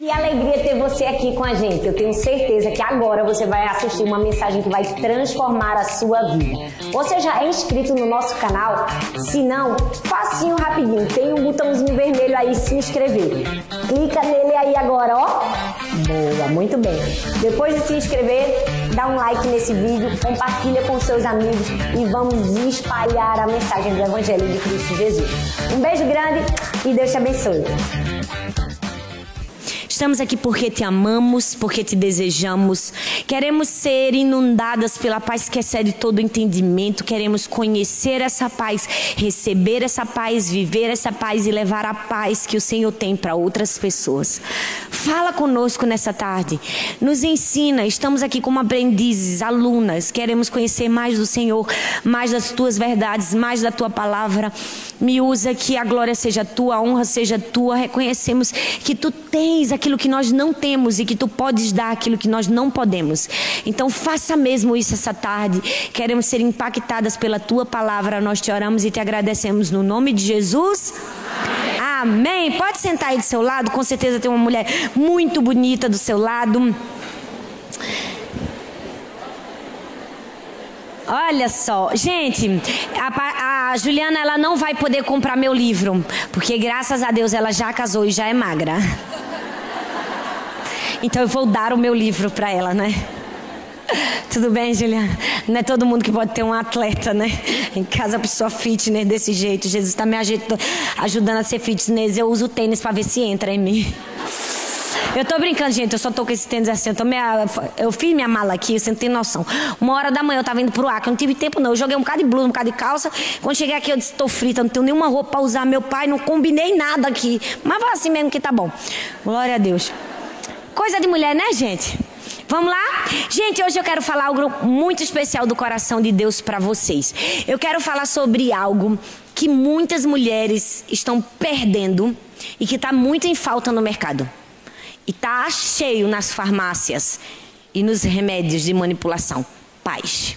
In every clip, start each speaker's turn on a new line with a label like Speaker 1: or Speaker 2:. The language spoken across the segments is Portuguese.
Speaker 1: Que alegria ter você aqui com a gente. Eu tenho certeza que agora você vai assistir uma mensagem que vai transformar a sua vida. Você já é inscrito no nosso canal? Se não, facinho, rapidinho. Tem um botãozinho vermelho aí, se inscrever. Clica nele aí agora, ó. Boa, muito bem. Depois de se inscrever, dá um like nesse vídeo, compartilha com seus amigos e vamos espalhar a mensagem do Evangelho de Cristo Jesus. Um beijo grande e Deus te abençoe.
Speaker 2: Estamos aqui porque te amamos, porque te desejamos. Queremos ser inundadas pela paz que excede todo entendimento. Queremos conhecer essa paz, receber essa paz, viver essa paz e levar a paz que o Senhor tem para outras pessoas. Fala conosco nessa tarde. Nos ensina. Estamos aqui como aprendizes, alunas. Queremos conhecer mais do Senhor, mais das tuas verdades, mais da tua palavra. Me usa, que a glória seja tua, a honra seja tua. Reconhecemos que tu tens aquilo que nós não temos e que tu podes dar aquilo que nós não podemos. Então faça mesmo isso essa tarde. Queremos ser impactadas pela tua palavra. Nós te oramos e te agradecemos no nome de Jesus. Amém. Pode sentar aí do seu lado. Com certeza tem uma mulher muito bonita do seu lado. Olha só, gente, a Juliana, ela não vai poder comprar meu livro, porque graças a Deus ela já casou e já é magra. Então eu vou dar o meu livro para ela, né? Tudo bem, Juliana? Não é todo mundo que pode ter um atleta, né? Em casa a pessoa fitness desse jeito. Jesus está me ajudando a ser fitness. Eu uso o tênis para ver se entra em mim. Eu tô brincando, gente, eu só tô com esse tênis assim, eu fiz minha mala aqui, você não tem noção. 1h eu tava indo pro Acre, eu não tive tempo não, eu joguei um bocado de blusa, um bocado de calça. Quando cheguei aqui eu disse, tô frita, não tenho nenhuma roupa pra usar, meu pai, não combinei nada aqui. Mas vai assim mesmo que tá bom. Glória a Deus. Coisa de mulher, né, gente? Vamos lá? Gente, hoje eu quero falar algo muito especial do coração de Deus para vocês. Eu quero falar sobre algo que muitas mulheres estão perdendo e que está muito em falta no mercado. E está cheio nas farmácias e nos remédios de manipulação. Paz.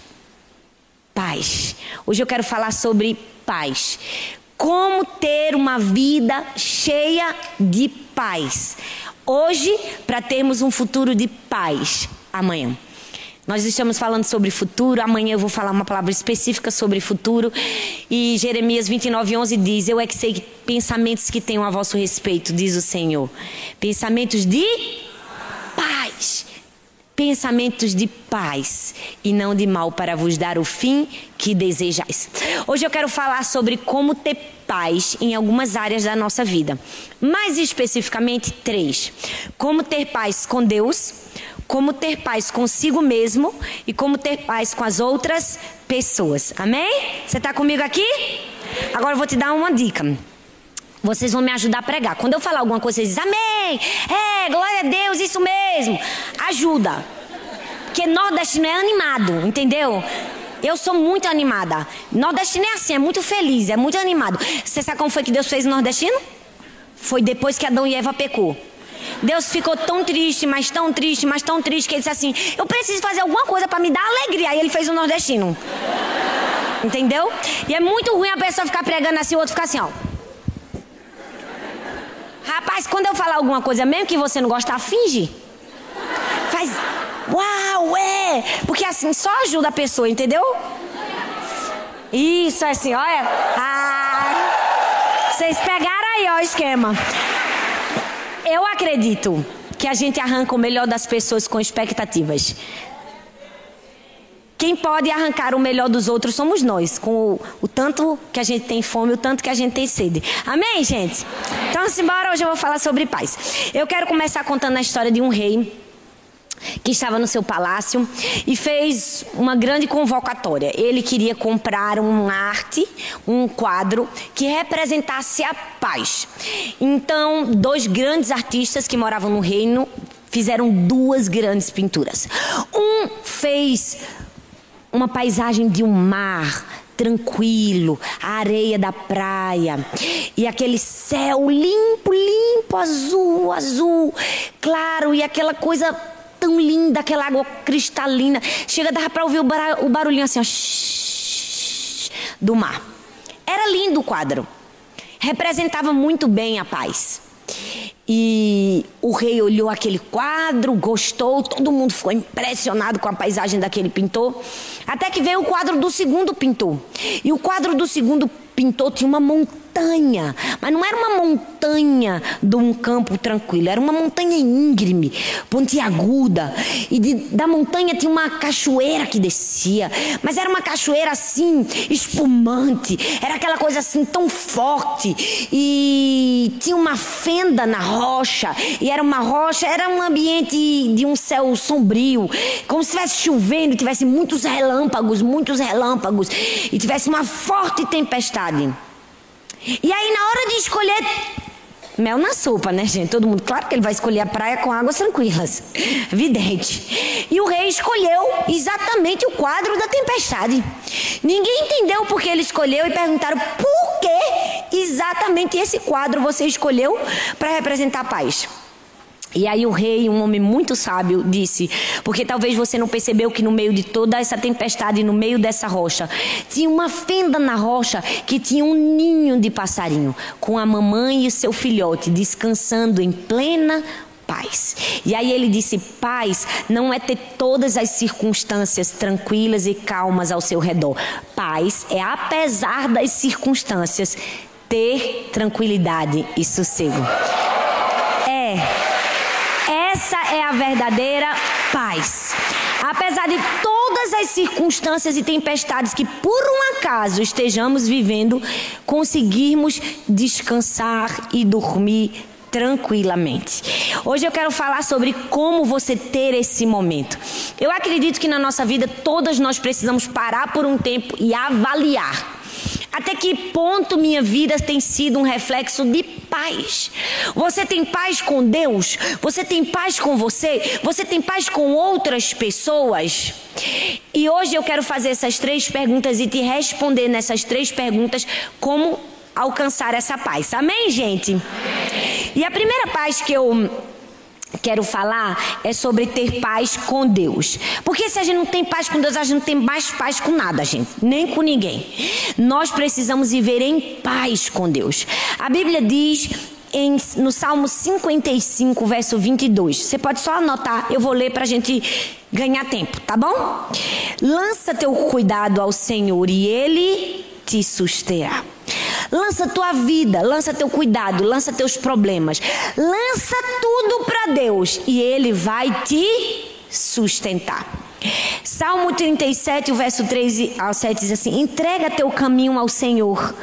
Speaker 2: Paz. Hoje eu quero falar sobre paz. Como ter uma vida cheia de paz. Hoje, para termos um futuro de paz amanhã. Nós estamos falando sobre futuro, amanhã eu vou falar uma palavra específica sobre futuro. E Jeremias 29:11 diz, eu é que sei pensamentos que tenho a vosso respeito, diz o Senhor. Pensamentos de paz. Pensamentos de paz e não de mal, para vos dar o fim que desejais. Hoje eu quero falar sobre como ter paz em algumas áreas da nossa vida. Mais especificamente 3. Como ter paz com Deus, como ter paz consigo mesmo e como ter paz com as outras pessoas. Amém? Você está comigo aqui? Agora eu vou te dar uma dica. Vocês vão me ajudar a pregar. Quando eu falar alguma coisa, vocês dizem, amém, glória a Deus, isso mesmo. Ajuda. Porque nordestino é animado, entendeu? Eu sou muito animada. Nordestino é assim, é muito feliz, é muito animado. Você sabe como foi que Deus fez o nordestino? Foi depois que Adão e Eva pecou. Deus ficou tão triste, mas tão triste, mas tão triste, que ele disse assim, eu preciso fazer alguma coisa para me dar alegria. Aí ele fez o nordestino. Entendeu? E é muito ruim a pessoa ficar pregando assim, o outro ficar assim, ó. Rapaz, quando eu falar alguma coisa, mesmo que você não gostar, finge. Faz, uau, porque assim só ajuda a pessoa, entendeu? Isso, assim, olha. Vocês pegaram aí, ó, o esquema. Eu acredito que a gente arranca o melhor das pessoas com expectativas. Quem pode arrancar o melhor dos outros somos nós, com o tanto que a gente tem fome, o tanto que a gente tem sede. Amém, gente? Então, simbora, hoje eu vou falar sobre paz. Eu quero começar contando a história de um rei que estava no seu palácio e fez uma grande convocatória. Ele queria comprar uma arte, um quadro que representasse a paz. Então, 2 grandes artistas que moravam no reino fizeram 2 grandes pinturas. Um fez uma paisagem de um mar tranquilo, a areia da praia e aquele céu limpo, azul, claro, e aquela coisa tão linda, aquela água cristalina. Chega, dava para ouvir o barulhinho assim, ó, do mar. Era lindo o quadro. Representava muito bem a paz. E o rei olhou aquele quadro, gostou, todo mundo ficou impressionado com a paisagem daquele pintor. Até que veio o quadro do segundo pintor. E o quadro do segundo pintor tinha uma montanha, mas não era uma montanha de um campo tranquilo, era uma montanha íngreme, pontiaguda, e da montanha tinha uma cachoeira que descia, mas era uma cachoeira assim, espumante, era aquela coisa assim tão forte, e tinha uma fenda na rocha, e era uma rocha, era um ambiente de um céu sombrio, como se estivesse chovendo, tivesse muitos relâmpagos, e tivesse uma forte tempestade. E aí, na hora de escolher mel na sopa, né, gente? Todo mundo, claro que ele vai escolher a praia com águas tranquilas, evidente. E o rei escolheu exatamente o quadro da tempestade. Ninguém entendeu por que ele escolheu e perguntaram por que exatamente esse quadro você escolheu para representar a paz. E aí o rei, um homem muito sábio, disse, porque talvez você não percebeu que no meio de toda essa tempestade, no meio dessa rocha, tinha uma fenda na rocha que tinha um ninho de passarinho, com a mamãe e o seu filhote, descansando em plena paz. E aí ele disse, paz não é ter todas as circunstâncias tranquilas e calmas ao seu redor. Paz é, apesar das circunstâncias, ter tranquilidade e sossego. Essa é a verdadeira paz. Apesar de todas as circunstâncias e tempestades que por um acaso estejamos vivendo, conseguirmos descansar e dormir tranquilamente. Hoje eu quero falar sobre como você ter esse momento. Eu acredito que na nossa vida todas nós precisamos parar por um tempo e avaliar. Até que ponto minha vida tem sido um reflexo de paz? Você tem paz com Deus? Você tem paz com você? Você tem paz com outras pessoas? E hoje eu quero fazer essas 3 perguntas e te responder nessas 3 perguntas como alcançar essa paz. Amém, gente? Amém. E a primeira paz que eu quero falar é sobre ter paz com Deus. Porque se a gente não tem paz com Deus, a gente não tem mais paz com nada, gente. Nem com ninguém. Nós precisamos viver em paz com Deus. A Bíblia diz no Salmo 55, verso 22. Você pode só anotar, eu vou ler pra gente ganhar tempo, tá bom? Lança teu cuidado ao Senhor e Ele te susterá. Lança tua vida, lança teu cuidado, lança teus problemas, lança tudo para Deus e Ele vai te sustentar. Salmo 37, o verso 3 ao 7 diz assim: entrega teu caminho ao Senhor,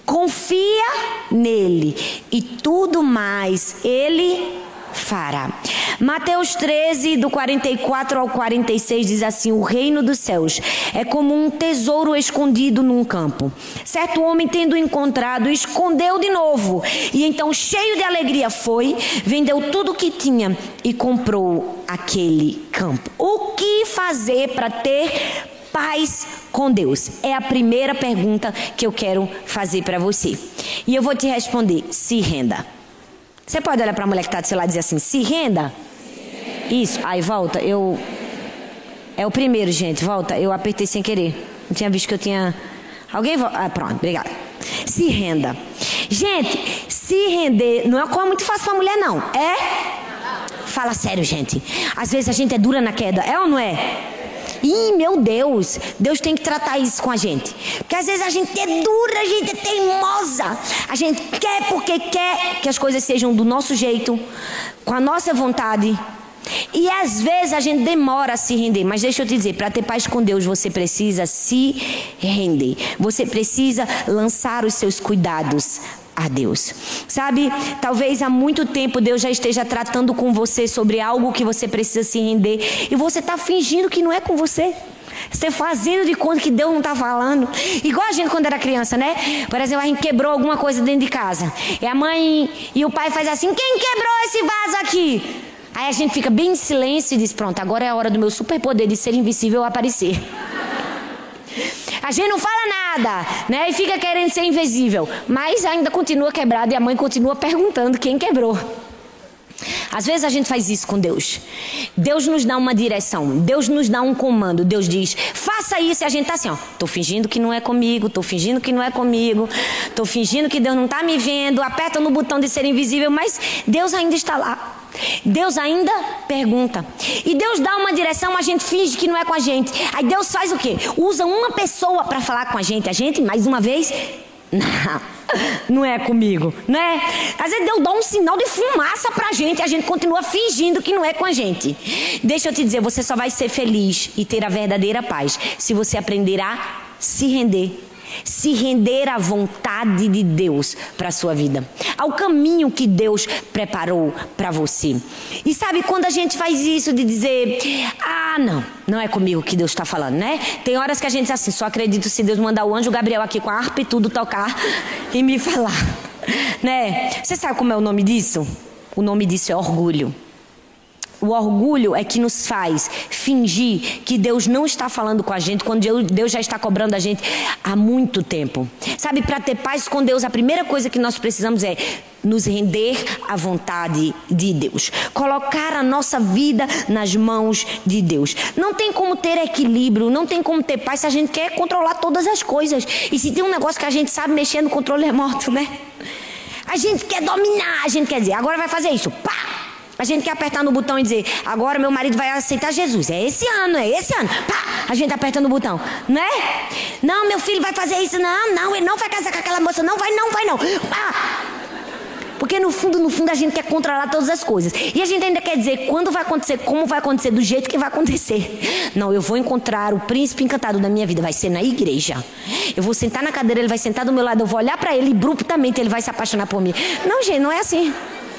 Speaker 2: confia nele e tudo mais Ele fará. Mateus 13, do 44 ao 46 diz assim: o reino dos céus é como um tesouro escondido num campo. Certo homem, tendo encontrado, escondeu de novo, e então, cheio de alegria, foi, vendeu tudo o que tinha e comprou aquele campo. O que fazer para ter paz com Deus? É a primeira pergunta que eu quero fazer para você. E eu vou te responder: se renda. Você pode olhar para a mulher que está do seu lado e dizer assim: se renda. Isso, aí volta, é o primeiro, gente, volta, eu apertei sem querer, não tinha visto que eu tinha, alguém, pronto, obrigada. Se renda. Gente, se render não é uma coisa muito fácil para mulher, não, é? Fala sério, gente, às vezes a gente é dura na queda, é ou não é? Ih, meu Deus, Deus tem que tratar isso com a gente. Porque às vezes a gente é dura, a gente é teimosa. A gente quer porque quer que as coisas sejam do nosso jeito, com a nossa vontade. E às vezes a gente demora a se render. Mas deixa eu te dizer, para ter paz com Deus, você precisa se render. Você precisa lançar os seus cuidados a Deus. Sabe, talvez há muito tempo Deus já esteja tratando com você sobre algo que você precisa se render e você está fingindo que não é com você. Você está fazendo de conta que Deus não está falando. Igual a gente quando era criança, né? Por exemplo, a gente quebrou alguma coisa dentro de casa e a mãe e o pai faz assim: quem quebrou esse vaso aqui? Aí a gente fica bem em silêncio e diz: pronto, agora é a hora do meu superpoder de ser invisível aparecer. A gente não fala nada, né? E fica querendo ser invisível, mas ainda continua quebrado e a mãe continua perguntando quem quebrou. Às vezes a gente faz isso com Deus. Deus nos dá uma direção, Deus nos dá um comando, Deus diz, faça isso, e a gente tá assim, ó, tô fingindo que não é comigo, tô fingindo que não é comigo, tô fingindo que Deus não tá me vendo, aperta no botão de ser invisível, mas Deus ainda está lá. Deus ainda pergunta. E Deus dá uma direção, a gente finge que não é com a gente. Aí Deus faz o quê? Usa uma pessoa para falar com a gente, mais uma vez, não é comigo, né? Às vezes Deus dá um sinal de fumaça pra gente e a gente continua fingindo que não é com a gente. Deixa eu te dizer, você só vai ser feliz e ter a verdadeira paz se você aprender a se render à vontade de Deus para a sua vida, ao caminho que Deus preparou para você. E sabe, quando a gente faz isso de dizer, não é comigo que Deus está falando, né? Tem horas que a gente diz assim, só acredito se Deus mandar o anjo Gabriel aqui com a harpa e tudo tocar e me falar, né? Você sabe como é o nome disso? O nome disso é orgulho. O orgulho é que nos faz fingir que Deus não está falando com a gente quando Deus já está cobrando a gente há muito tempo. Sabe, para ter paz com Deus, a primeira coisa que nós precisamos é nos render à vontade de Deus. Colocar a nossa vida nas mãos de Deus. Não tem como ter equilíbrio, não tem como ter paz se a gente quer controlar todas as coisas. E se tem um negócio que a gente sabe mexer no controle remoto, né? A gente quer dominar, a gente quer dizer, agora vai fazer isso, pá! A gente quer apertar no botão e dizer, agora meu marido vai aceitar Jesus. É esse ano. Pá! A gente aperta no botão, né? Não, meu filho vai fazer isso. Não, ele não vai casar com aquela moça. Não vai não. Pá! Porque no fundo a gente quer controlar todas as coisas. E a gente ainda quer dizer quando vai acontecer, como vai acontecer, do jeito que vai acontecer. Não, eu vou encontrar o príncipe encantado da minha vida. Vai ser na igreja. Eu vou sentar na cadeira, ele vai sentar do meu lado. Eu vou olhar pra ele e abruptamente ele vai se apaixonar por mim. Não, gente, não é assim.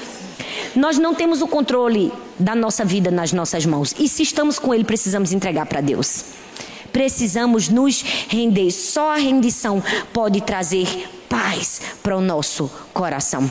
Speaker 2: Nós não temos o controle da nossa vida nas nossas mãos. E se estamos com Ele, precisamos entregar para Deus. Precisamos nos render. Só a rendição pode trazer paz para o nosso coração.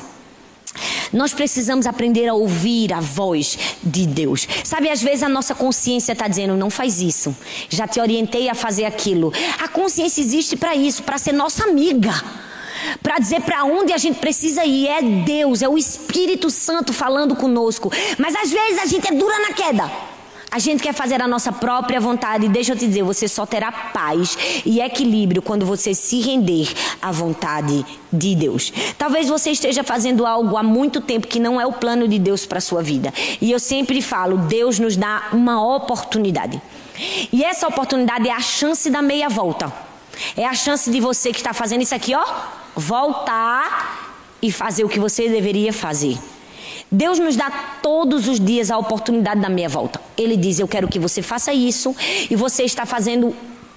Speaker 2: Nós precisamos aprender a ouvir a voz de Deus. Sabe, às vezes a nossa consciência está dizendo, não faz isso. Já te orientei a fazer aquilo. A consciência existe para isso, para ser nossa amiga. Para dizer para onde a gente precisa ir. É Deus, é o Espírito Santo falando conosco. Mas às vezes a gente é dura na queda. A gente quer fazer a nossa própria vontade. E deixa eu te dizer, você só terá paz e equilíbrio quando você se render à vontade de Deus. Talvez você esteja fazendo algo há muito tempo que não é o plano de Deus para a sua vida. E eu sempre falo, Deus nos dá uma oportunidade. E essa oportunidade é a chance da meia volta. É a chance de você que está fazendo isso aqui, ó, voltar e fazer o que você deveria fazer. Deus nos dá todos os dias a oportunidade da meia volta. Ele diz, eu quero que você faça isso e você está fazendo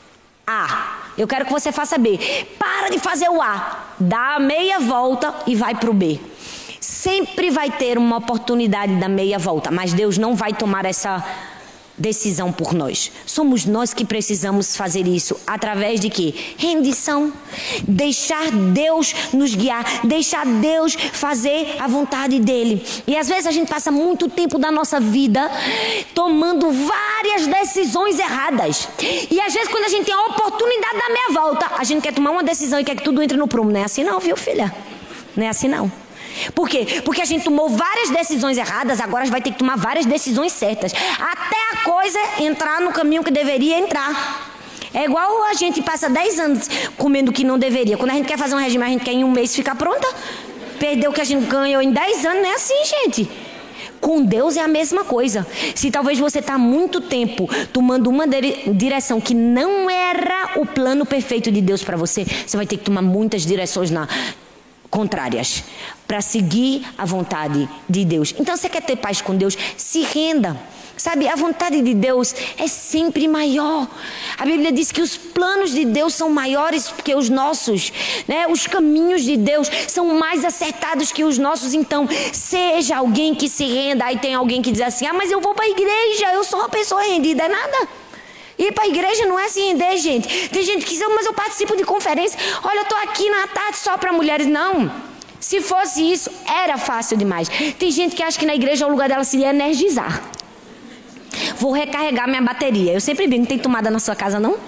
Speaker 2: A. Eu quero que você faça B. Para de fazer o A. Dá a meia volta e vai para o B. Sempre vai ter uma oportunidade da meia volta, mas Deus não vai tomar essa decisão por nós. Somos nós que precisamos fazer isso. Através de quê? Rendição. Deixar Deus nos guiar. Deixar Deus fazer a vontade dele. E às vezes a gente passa muito tempo da nossa vida tomando várias decisões erradas. E às vezes quando a gente tem a oportunidade da meia volta, a gente quer tomar uma decisão e quer que tudo entre no prumo. Não é assim não, viu, filha? Não é assim não. Por quê? Porque a gente tomou várias decisões erradas, agora vai ter que tomar várias decisões certas. Até a coisa entrar no caminho que deveria entrar. É igual a gente passa 10 anos comendo o que não deveria. Quando a gente quer fazer um regime, a gente quer em um mês ficar pronta. Perdeu o que a gente ganhou em 10 anos, não é assim, gente. Com Deus é a mesma coisa. Se talvez você está há muito tempo tomando uma direção que não era o plano perfeito de Deus para você, você vai ter que tomar muitas direções contrárias para seguir a vontade de Deus. Então, você quer ter paz com Deus? Se renda. Sabe, a vontade de Deus é sempre maior. A Bíblia diz que os planos de Deus são maiores que os nossos, né? Os caminhos de Deus são mais acertados que os nossos. Então, seja alguém que se renda. Aí tem alguém que diz assim, mas eu vou para a igreja, eu sou uma pessoa rendida. É nada. Ir para a igreja não é se render, gente. Tem gente que diz, mas eu participo de conferência. Olha, eu estou aqui na tarde só para mulheres. Não. Se fosse isso, era fácil demais. Tem gente que acha que na igreja o lugar dela seria energizar. Vou recarregar minha bateria. Eu sempre brinco, não tem tomada na sua casa, não?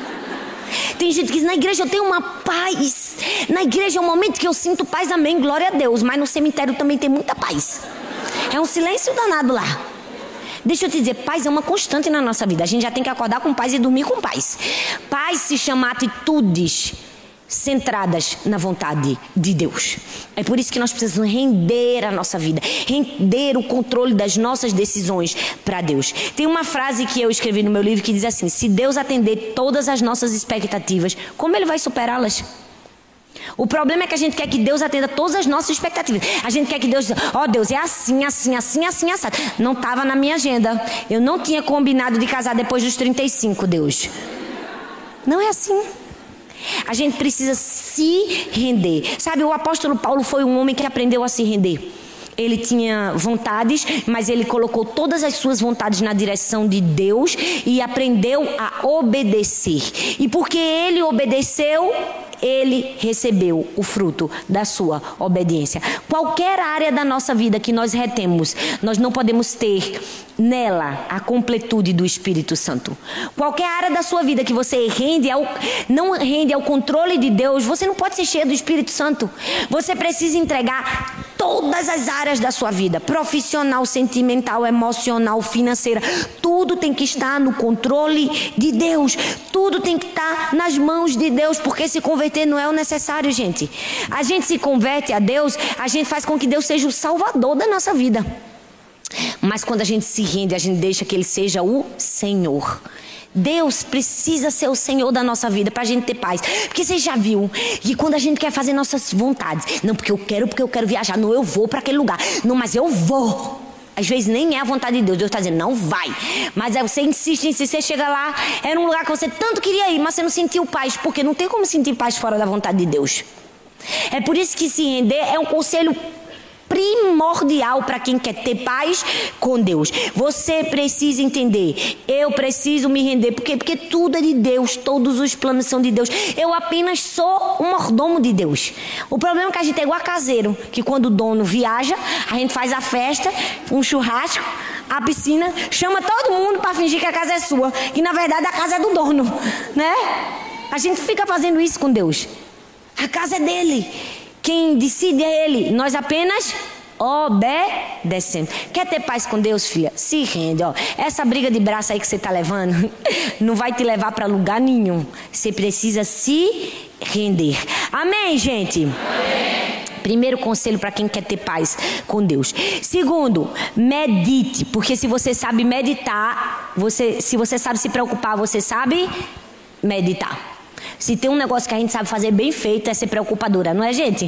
Speaker 2: Tem gente que diz, na igreja eu tenho uma paz. Na igreja é um momento que eu sinto paz, amém, glória a Deus. Mas no cemitério também tem muita paz. É um silêncio danado lá. Deixa eu te dizer, paz é uma constante na nossa vida. A gente já tem que acordar com paz e dormir com paz. Paz se chama atitudes centradas na vontade de Deus. É por isso que nós precisamos render a nossa vida, render o controle das nossas decisões para Deus. Tem uma frase que eu escrevi no meu livro que diz assim: se Deus atender todas as nossas expectativas, como Ele vai superá-las? O problema é que a gente quer que Deus atenda todas as nossas expectativas. A gente quer que Deus diga: ó, Deus, é assim, assim, assim, assim, assim. Não estava na minha agenda. Eu não tinha combinado de casar depois dos 35, Deus. Não é assim. A gente precisa se render. Sabe, o apóstolo Paulo foi um homem que aprendeu a se render. Ele tinha vontades, mas ele colocou todas as suas vontades na direção de Deus e aprendeu a obedecer. E porque ele obedeceu, ele recebeu o fruto da sua obediência. Qualquer área da nossa vida que nós retemos, nós não podemos ter nela a completude do Espírito Santo. Qualquer área da sua vida que você não rende ao controle de Deus, você não pode ser cheio do Espírito Santo. Você precisa entregar todas as áreas da sua vida: profissional, sentimental, emocional, financeira. Tudo tem que estar no controle de Deus. Tudo tem que estar nas mãos de Deus, porque se converter não é o necessário, gente. A gente se converte a Deus, a gente faz com que Deus seja o salvador da nossa vida. Mas quando a gente se rende, a gente deixa que Ele seja o Senhor. Deus precisa ser o Senhor da nossa vida para a gente ter paz. Porque você já viu que quando a gente quer fazer nossas vontades, não, porque eu quero viajar, não, eu vou para aquele lugar, não, mas eu vou. Às vezes nem é a vontade de Deus. Deus está dizendo, não vai. Mas você insiste, você chega lá, era um lugar que você tanto queria ir, mas você não sentiu paz, porque não tem como sentir paz fora da vontade de Deus. É por isso que se render é um conselho primordial para quem quer ter paz com Deus. Você precisa entender, eu preciso me render. Por quê? Porque tudo é de Deus, todos os planos são de Deus. Eu apenas sou um mordomo de Deus. O problema é que a gente é igual a caseiro, que quando o dono viaja, a gente faz a festa, um churrasco, a piscina, chama todo mundo para fingir que a casa é sua, que na verdade a casa é do dono, né? A gente fica fazendo isso com Deus. A casa é dele. Quem decide é Ele. Nós apenas obedecemos. Quer ter paz com Deus, filha? Se rende, ó. Essa briga de braço aí que você está levando não vai te levar para lugar nenhum. Você precisa se render. Amém, gente? Amém. Primeiro conselho para quem quer ter paz com Deus. Segundo, medite. Porque se você sabe meditar, se você sabe se preocupar, você sabe meditar. Se tem um negócio que a gente sabe fazer bem feito, é ser preocupadora, não é, gente?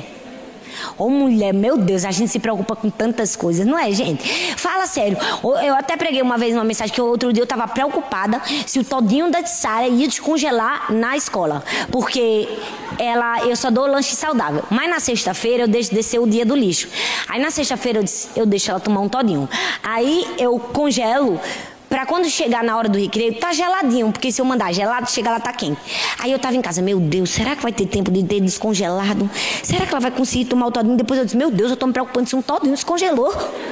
Speaker 2: Ô mulher, meu Deus, a gente se preocupa com tantas coisas, não é, gente? Fala sério. Eu até preguei uma vez uma mensagem que outro dia eu estava preocupada se o todinho da Sara ia descongelar na escola. Porque eu só dou lanche saudável. Mas na sexta-feira eu deixo descer o dia do lixo. Aí na sexta-feira eu deixo ela tomar um todinho. Aí eu congelo pra quando chegar na hora do recreio, tá geladinho, porque se eu mandar gelado, chega lá, tá quente. Aí eu tava em casa, meu Deus, será que vai ter tempo de ter descongelado? Será que ela vai conseguir tomar o todinho? Depois eu disse, meu Deus, eu tô me preocupando se um todinho descongelou.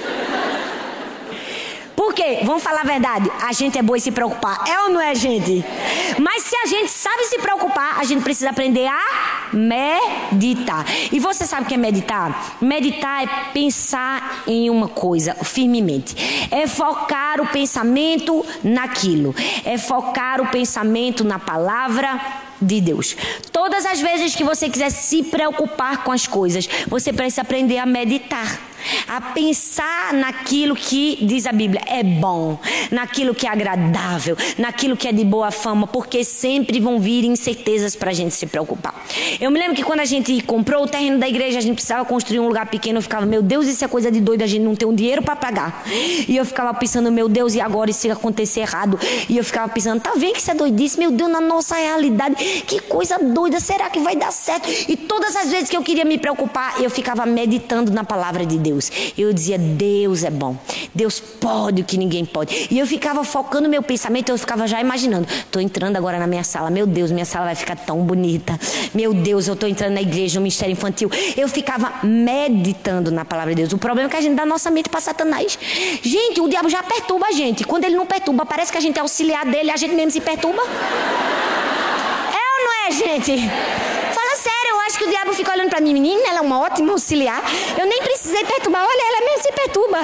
Speaker 2: Por quê? Vamos falar a verdade, a gente é boa em se preocupar, é ou não é, gente? Mas se a gente sabe se preocupar, a gente precisa aprender a meditar. E você sabe o que é meditar? Meditar é pensar em uma coisa firmemente. É focar o pensamento naquilo. É focar o pensamento na palavra de Deus. Todas as vezes que você quiser se preocupar com as coisas, você precisa aprender a meditar. A pensar naquilo que diz a Bíblia é bom, naquilo que é agradável, naquilo que é de boa fama, porque sempre vão vir incertezas para a gente se preocupar. Eu me lembro que quando a gente comprou o terreno da igreja, a gente precisava construir um lugar pequeno. Eu ficava, meu Deus, isso é coisa de doido, a gente não tem um dinheiro para pagar. E eu ficava pensando, meu Deus, e agora isso acontecer errado? E eu ficava pensando, tá vendo que isso é doidice? Meu Deus, na nossa realidade, que coisa doida, será que vai dar certo? E todas as vezes que eu queria me preocupar, eu ficava meditando na palavra de Deus. Eu dizia, Deus é bom, Deus pode o que ninguém pode. E eu ficava focando meu pensamento, eu ficava já imaginando, estou entrando agora na minha sala, meu Deus, minha sala vai ficar tão bonita, meu Deus, eu estou entrando na igreja, no ministério infantil. Eu ficava meditando na palavra de Deus. O problema é que a gente dá nossa mente para Satanás. Gente, o diabo já perturba a gente. Quando ele não perturba, parece que a gente é auxiliar dele, a gente mesmo se perturba. É ou não é, gente? Fala sério, eu acho acha que o diabo fica olhando pra mim? Menina, ela é uma ótima auxiliar. Eu nem precisei perturbar. Olha, ela mesmo se perturba.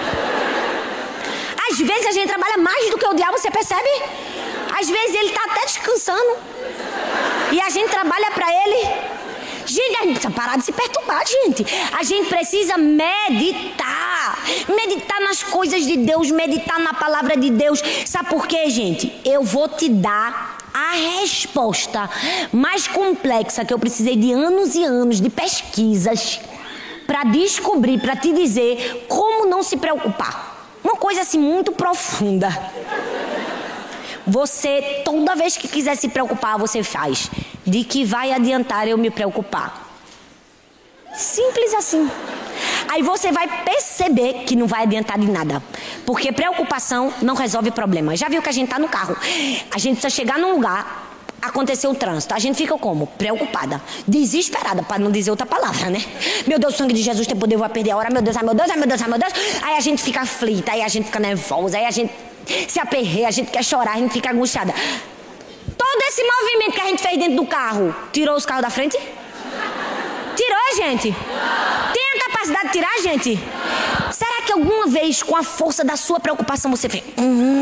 Speaker 2: Às vezes a gente trabalha mais do que o diabo, você percebe? Às vezes ele tá até descansando. E a gente trabalha pra ele. Gente, a gente precisa parar de se perturbar, gente. A gente precisa meditar. Meditar nas coisas de Deus, meditar na palavra de Deus. Sabe por quê, gente? Eu vou te dar a resposta mais complexa que eu precisei de anos e anos de pesquisas para descobrir, para te dizer como não se preocupar. Uma coisa assim muito profunda. Você, toda vez que quiser se preocupar, você faz. De que vai adiantar eu me preocupar? Simples assim. Aí você vai perceber que não vai adiantar de nada. Porque preocupação não resolve problema. Já viu que a gente tá no carro? A gente precisa chegar num lugar, aconteceu o trânsito. A gente fica como? Preocupada. Desesperada, para não dizer outra palavra, né? Meu Deus, o sangue de Jesus tem poder, eu vou perder a hora. Meu Deus, ai meu Deus, ai meu Deus, ai meu Deus. Aí a gente fica aflita, aí a gente fica nervosa, aí a gente se aperreia, a gente quer chorar, a gente fica angustiada. Todo esse movimento que a gente fez dentro do carro, tirou os carros da frente? Tirou, gente? Tem a capacidade de tirar, gente? Será que alguma vez, com a força da sua preocupação, você fez...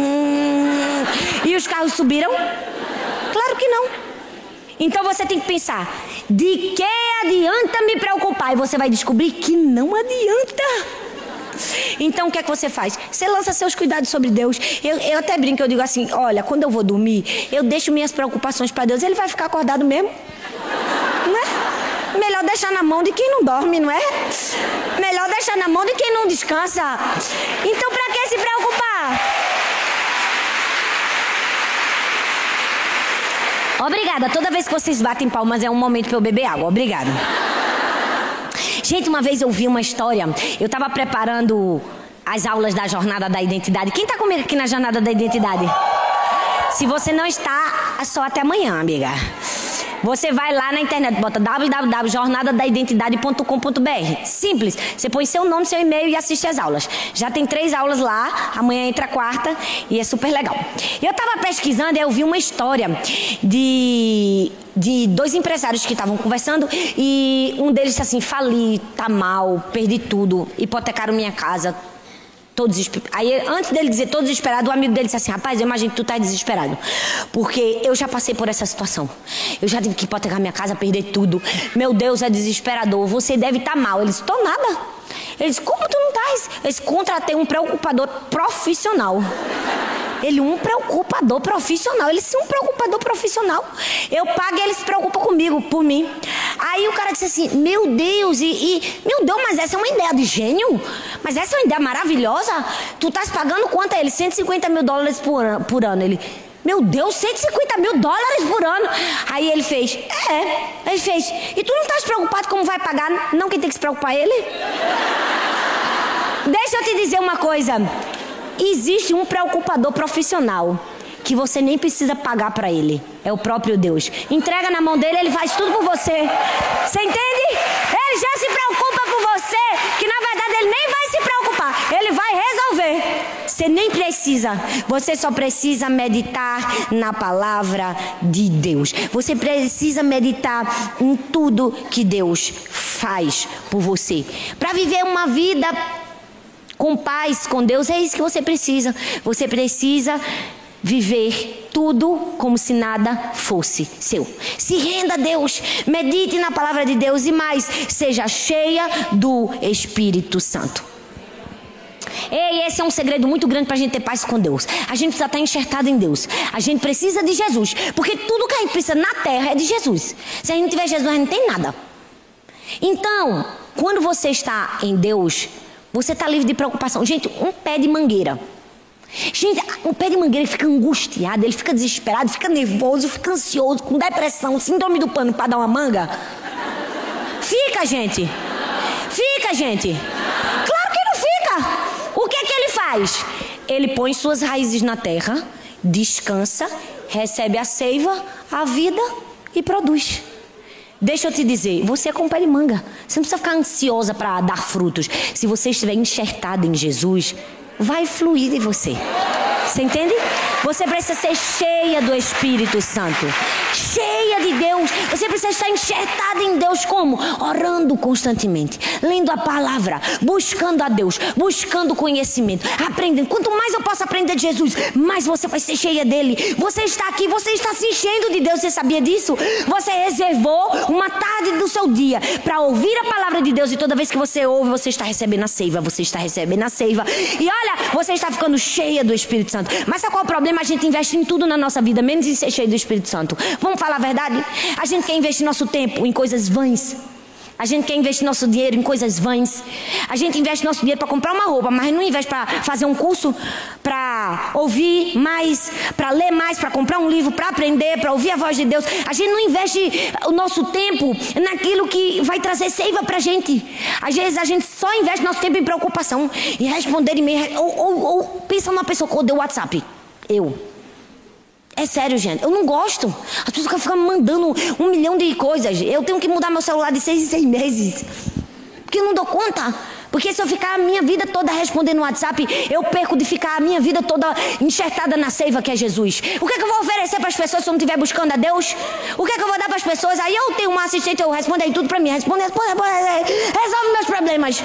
Speaker 2: e os carros subiram? Claro que não. Então você tem que pensar, de que adianta me preocupar? E você vai descobrir que não adianta. Então o que é que você faz? Você lança seus cuidados sobre Deus. Eu até brinco, eu digo assim, olha, quando eu vou dormir, eu deixo minhas preocupações para Deus. Ele vai ficar acordado mesmo, não é? Melhor deixar na mão de quem não dorme, não é? Melhor deixar na mão de quem não descansa. Então para que se preocupar? Obrigada, toda vez que vocês batem palmas é um momento para eu beber água, obrigada. Gente, uma vez eu vi uma história, eu estava preparando as aulas da Jornada da Identidade. Quem está comigo aqui na Jornada da Identidade? Se você não está, é só até amanhã, amiga. Você vai lá na internet, bota www.jornadadaidentidade.com.br. Simples, você põe seu nome, seu e-mail e assiste as aulas. Já tem 3 aulas lá, amanhã entra a 4ª e é super legal. Eu estava pesquisando e eu vi uma história de 2 empresários que estavam conversando e um deles disse assim, fali, tá mal, perdi tudo, hipotecaram minha casa. Aí antes dele dizer todo desesperado, o amigo dele disse assim, rapaz, eu imagino que tu tá desesperado, porque eu já passei por essa situação, eu já tive que hipotecar minha casa, perder tudo, meu Deus, é desesperador, você deve estar mal. Ele disse, tô nada. Ele disse, como tu não estás? Eu disse, contratei um preocupador profissional. Ele, um preocupador profissional. Ele, sim, um preocupador profissional. Eu pago e ele se preocupa comigo, por mim. Aí o cara disse assim, meu Deus, meu Deus, mas essa é uma ideia de gênio? Mas essa é uma ideia maravilhosa? Tu estás pagando quanto a ele? $150 mil por ano. Ele, meu Deus, $150 mil por ano. Aí ele fez, ele fez, e tu não estás preocupado como vai pagar? Não, quem tem que se preocupar é ele? Deixa eu te dizer uma coisa. Existe um preocupador profissional que você nem precisa pagar para ele. É o próprio Deus. Entrega na mão dele, ele faz tudo por você. Você entende? Ele já se preocupa por você, que na verdade ele nem vai se preocupar. Ele vai resolver. Você nem precisa. Você só precisa meditar na palavra de Deus. Você precisa meditar em tudo que Deus faz por você. Para viver uma vida com paz, com Deus, é isso que você precisa. Você precisa viver tudo como se nada fosse seu. Se renda a Deus, medite na palavra de Deus e mais, seja cheia do Espírito Santo. E esse é um segredo muito grande para a gente ter paz com Deus. A gente precisa estar enxertado em Deus. A gente precisa de Jesus, porque tudo que a gente precisa na terra é de Jesus. Se a gente não tiver Jesus, a gente não tem nada. Então, quando você está em Deus, você está livre de preocupação. Gente, um pé de mangueira. Gente, um pé de mangueira fica angustiado, ele fica desesperado, fica nervoso, fica ansioso, com depressão, síndrome do pânico para dar uma manga. Fica, gente. Fica, gente. Claro que não fica. O que é que ele faz? Ele põe suas raízes na terra, descansa, recebe a seiva, a vida e produz. Deixa eu te dizer, você é como um pé de manga. Você não precisa ficar ansiosa para dar frutos. Se você estiver enxertada em Jesus, vai fluir de você. Você entende? Você precisa ser cheia do Espírito Santo. Cheia de Deus. Você precisa estar enxertada em Deus como? Orando constantemente. Lendo a palavra. Buscando a Deus. Buscando conhecimento. Aprendendo. Quanto mais eu posso aprender de Jesus, mais você vai ser cheia dele. Você está aqui, você está se enchendo de Deus. Você sabia disso? Você reservou uma tarde do seu dia para ouvir a palavra de Deus. E toda vez que você ouve, você está recebendo a seiva. Você está recebendo a seiva. E olha, você está ficando cheia do Espírito Santo. Mas sabe qual é o problema? A gente investe em tudo na nossa vida, menos em ser cheio do Espírito Santo. Vamos falar a verdade? A gente quer investir nosso tempo em coisas vãs. A gente quer investir nosso dinheiro em coisas vãs. A gente investe nosso dinheiro para comprar uma roupa, mas não investe para fazer um curso, para ouvir mais, para ler mais, para comprar um livro, para aprender, para ouvir a voz de Deus. A gente não investe o nosso tempo naquilo que vai trazer seiva para a gente. Às vezes a gente só investe nosso tempo em preocupação, em responder e-mail, ou pensa numa pessoa que odeia o WhatsApp. É sério, gente. Eu não gosto. As pessoas ficam me mandando 1 milhão de coisas. Eu tenho que mudar meu celular de 6 em 6 meses. Porque eu não dou conta. Porque se eu ficar a minha vida toda respondendo no WhatsApp, eu perco de ficar a minha vida toda enxertada na seiva que é Jesus. O que é que eu vou oferecer para as pessoas se eu não estiver buscando a Deus? O que é que eu vou dar para as pessoas? Aí eu tenho uma assistente, eu respondo aí tudo para mim. Responde, resolve meus problemas.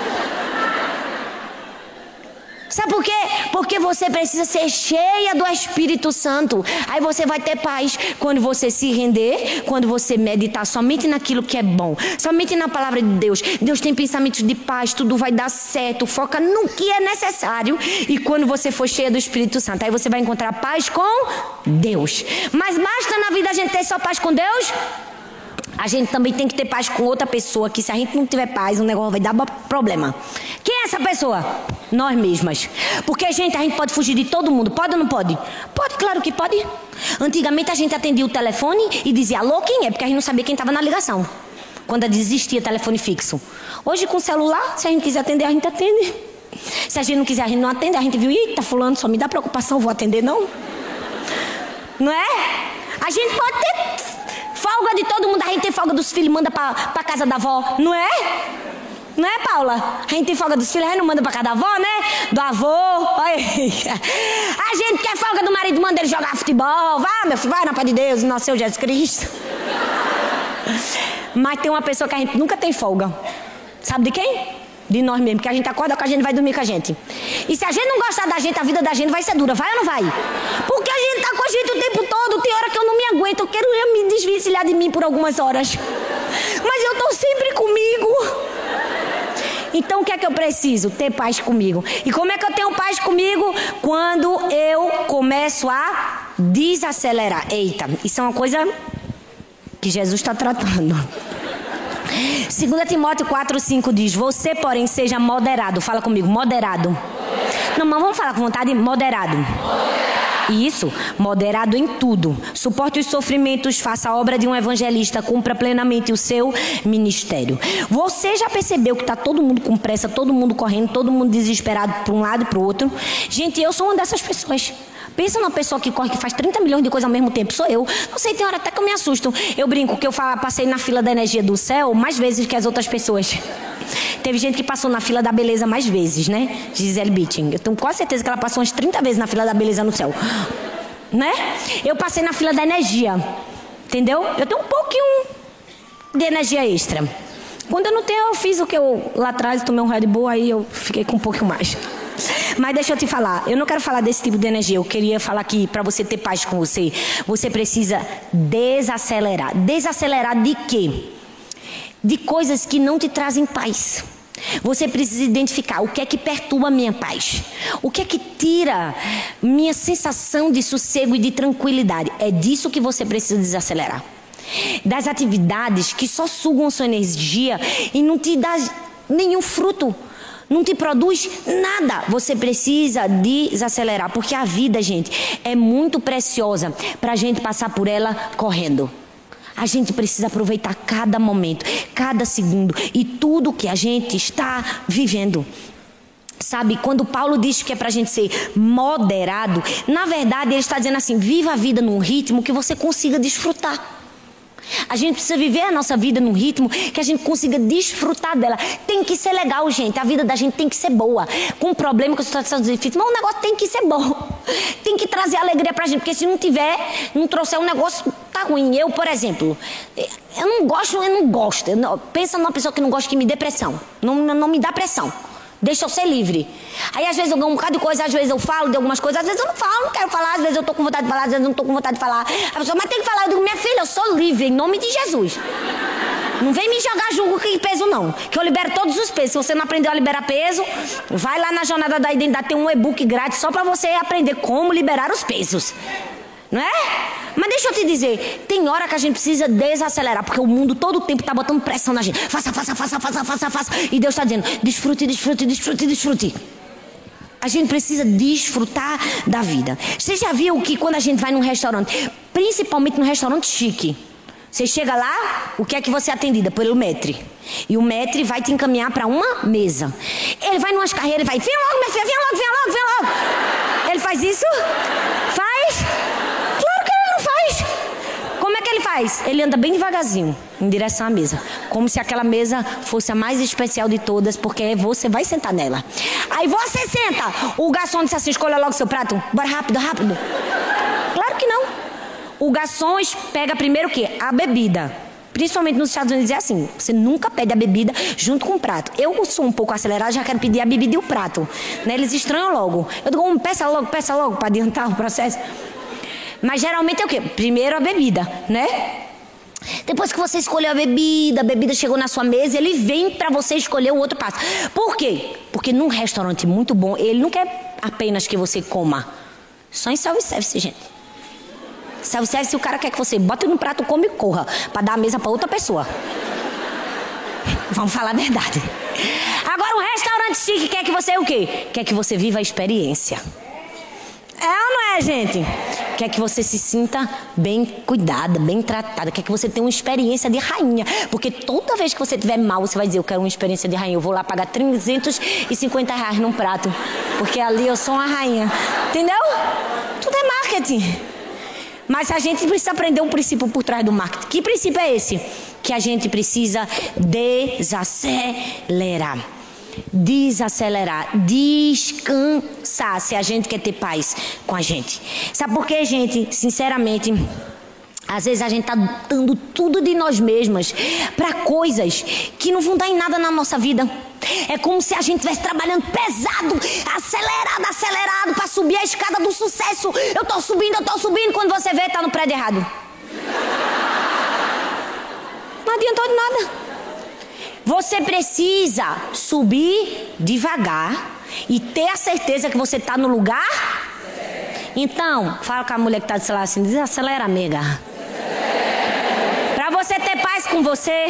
Speaker 2: Sabe por quê? Porque você precisa ser cheia do Espírito Santo. Aí você vai ter paz quando você se render, quando você meditar somente naquilo que é bom, somente na palavra de Deus. Deus tem pensamentos de paz, tudo vai dar certo. Foca no que é necessário. E quando você for cheia do Espírito Santo, aí você vai encontrar paz com Deus. Mas basta na vida a gente ter só paz com Deus? A gente também tem que ter paz com outra pessoa, que se a gente não tiver paz, o negócio vai dar problema. Quem é essa pessoa? Nós mesmas. Porque, gente, a gente pode fugir de todo mundo. Pode ou não pode? Pode, claro que pode. Antigamente a gente atendia o telefone e dizia alô, quem é? Porque a gente não sabia quem estava na ligação. Quando existia telefone fixo. Hoje com o celular, se a gente quiser atender, a gente atende. Se a gente não quiser, a gente não atende. A gente viu, eita, fulano, só me dá preocupação, vou atender não. Não é? A gente pode ter folga de todo mundo. A gente tem folga dos filhos, manda pra casa da avó. Não é? Não é, Paula? A gente tem folga dos filhos, a gente não manda pra casa da avó, né? Do avô. Olha aí. A gente quer folga do marido, manda ele jogar futebol. Vá, meu filho, vai na paz de Deus, nasceu Jesus Cristo. Mas tem uma pessoa que a gente nunca tem folga. Sabe de quem? De nós mesmos, que a gente acorda com a gente, vai dormir com a gente. E se a gente não gostar da gente, a vida da gente vai ser dura, vai ou não vai? Porque a gente tá com a gente o tempo todo. Tem hora que eu não me aguento, eu quero me desvencilhar de mim por algumas horas. Mas eu tô sempre comigo. Então o que é que eu preciso? Ter paz comigo. E como é que eu tenho paz comigo? Quando eu começo a desacelerar. Eita, isso é uma coisa que Jesus está tratando. 2 Timóteo 4,5 diz: você, porém, seja moderado. Fala comigo, moderado. Não, mas vamos falar com vontade, moderado. Isso, moderado em tudo. Suporte os sofrimentos, faça a obra de um evangelista, cumpra plenamente o seu ministério. Você já percebeu que está todo mundo com pressa, todo mundo correndo, todo mundo desesperado para um lado e para o outro? Gente, eu sou uma dessas pessoas. Pensa numa pessoa que corre, que faz 30 milhões de coisas ao mesmo tempo. Sou eu. Não sei, tem hora até que eu me assusto. Eu brinco que eu passei na fila da energia do céu mais vezes que as outras pessoas. Teve gente que passou na fila da beleza mais vezes, né? Gisele Bündchen. Eu tenho quase certeza que ela passou umas 30 vezes na fila da beleza no céu. Né? Eu passei na fila da energia. Entendeu? Eu tenho um pouquinho de energia extra. Quando eu não tenho, eu fiz o que eu lá atrás, tomei um Red Bull, aí eu fiquei com um pouquinho mais. Mas deixa eu te falar, eu não quero falar desse tipo de energia. Eu queria falar que para você ter paz com você, você precisa desacelerar. Desacelerar de quê? De coisas que não te trazem paz. Você precisa identificar o que é que perturba a minha paz. O que é que tira minha sensação de sossego e de tranquilidade. É disso que você precisa desacelerar. Das atividades que só sugam sua energia e não te dá nenhum fruto. Não te produz nada. Você precisa desacelerar. Porque a vida, gente, é muito preciosa para a gente passar por ela correndo. A gente precisa aproveitar cada momento, cada segundo e tudo que a gente está vivendo. Sabe, quando Paulo diz que é para a gente ser moderado, na verdade ele está dizendo assim: viva a vida num ritmo que você consiga desfrutar. A gente precisa viver a nossa vida num ritmo que a gente consiga desfrutar dela. Tem que ser legal, gente. A vida da gente tem que ser boa. Com um problema, com situações difíceis, mas o negócio tem que ser bom. Tem que trazer alegria pra gente, porque se não tiver, não trouxer um negócio, tá ruim. Eu, por exemplo, eu não gosto. Pensa numa pessoa que não gosta que me dê pressão. Não me dá pressão. Deixa eu ser livre. Aí às vezes eu ganho um bocado de coisa, às vezes eu falo de algumas coisas, às vezes eu não falo, não quero falar, às vezes eu tô com vontade de falar, às vezes eu não tô com vontade de falar. A pessoa, mas tem que falar. Eu digo, minha filha, eu sou livre, em nome de Jesus. Não vem me jogar julgo que peso não, que eu libero todos os pesos. Se você não aprendeu a liberar peso, vai lá na Jornada da Identidade, tem um e-book grátis só pra você aprender como liberar os pesos. Não é? Mas deixa eu te dizer, tem hora que a gente precisa desacelerar, porque o mundo todo o tempo tá botando pressão na gente. Faça. E Deus tá dizendo, desfrute. A gente precisa desfrutar da vida. Você já viu que quando a gente vai num restaurante, principalmente num restaurante chique, você chega lá, o que é que você é atendida? Pelo maître. E o maître vai te encaminhar para uma mesa. Ele vai numas carreiras e vai, vem logo, minha filha, vem logo. Ele faz isso? Faz? Claro que ele não faz. Como é que ele faz? Ele anda bem devagarzinho em direção à mesa. Como se aquela mesa fosse a mais especial de todas, porque você vai sentar nela. Aí você senta. O garçom disse assim, escolha logo seu prato. Bora rápido. Claro que não. O garçom pega primeiro o quê? A bebida. Principalmente nos Estados Unidos é assim. Você nunca pede a bebida junto com o prato. Eu sou um pouco acelerada, já quero pedir a bebida e o prato. Né? Eles estranham logo. Eu digo, peça logo para adiantar o processo. Mas geralmente é o quê? Primeiro a bebida, né? Depois que você escolheu a bebida chegou na sua mesa, ele vem para você escolher o outro prato. Por quê? Porque num restaurante muito bom, ele não quer apenas que você coma. Só em self-service, gente. Self-service, o cara quer que você bote no prato, come e corra, para dar a mesa para outra pessoa. Vamos falar a verdade. Agora, um restaurante chique quer que você o quê? Quer que você viva a experiência. É ou não é, gente? Quer que você se sinta bem cuidada, bem tratada. Quer que você tenha uma experiência de rainha. Porque toda vez que você estiver mal, você vai dizer, eu quero uma experiência de rainha. Eu vou lá pagar R$350 num prato. Porque ali eu sou uma rainha. Entendeu? Tudo é marketing. Mas a gente precisa aprender um princípio por trás do marketing. Que princípio é esse? Que a gente precisa desacelerar. Descansar, se a gente quer ter paz com a gente. Sabe por quê, gente? Sinceramente, às vezes a gente tá dando tudo de nós mesmas para coisas que não vão dar em nada na nossa vida. É como se a gente estivesse trabalhando pesado, acelerado para subir a escada do sucesso. Eu tô subindo, quando você vê, tá no prédio errado. Não adiantou de nada. Você precisa subir devagar e ter a certeza que você está no lugar. Então, fala com a mulher que está do celular assim, desacelera, amiga. Para você ter paz com você.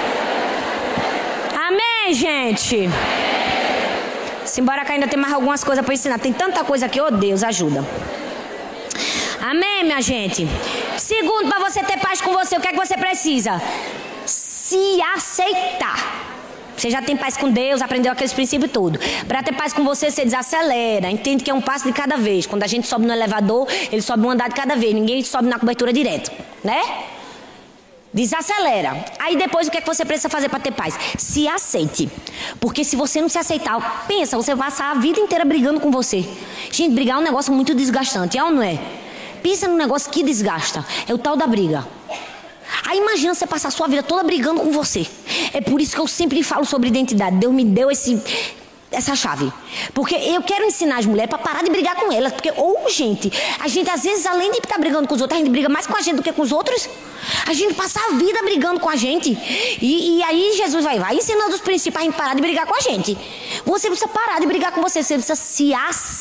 Speaker 2: Amém, gente? Simbora que ainda tem mais algumas coisas para ensinar. Tem tanta coisa que, oh Deus, ajuda. Amém, minha gente? Segundo, para você ter paz com você, o que é que você precisa? Se aceitar. Você já tem paz com Deus, aprendeu aqueles princípios tudo. Para ter paz com você, você desacelera. Entende que é um passo de cada vez. Quando a gente sobe no elevador, ele sobe um andar de cada vez. Ninguém sobe na cobertura direto, né? Desacelera. Aí depois o que é que você precisa fazer para ter paz? Se aceite. Porque se você não se aceitar, pensa, você vai passar a vida inteira brigando com você. Gente, brigar é um negócio muito desgastante, é ou não é? Pensa num negócio que desgasta. É o tal da briga. Aí imagina você passar a sua vida toda brigando com você. É por isso que eu sempre falo sobre identidade. Deus me deu essa chave. Porque eu quero ensinar as mulheres para parar de brigar com elas. Porque, gente, a gente às vezes, além de estar brigando com os outros, a gente briga mais com a gente do que com os outros. A gente passa a vida brigando com a gente. E aí Jesus vai ensinando os princípios para a gente parar de brigar com a gente. Você precisa parar de brigar com você. Você precisa se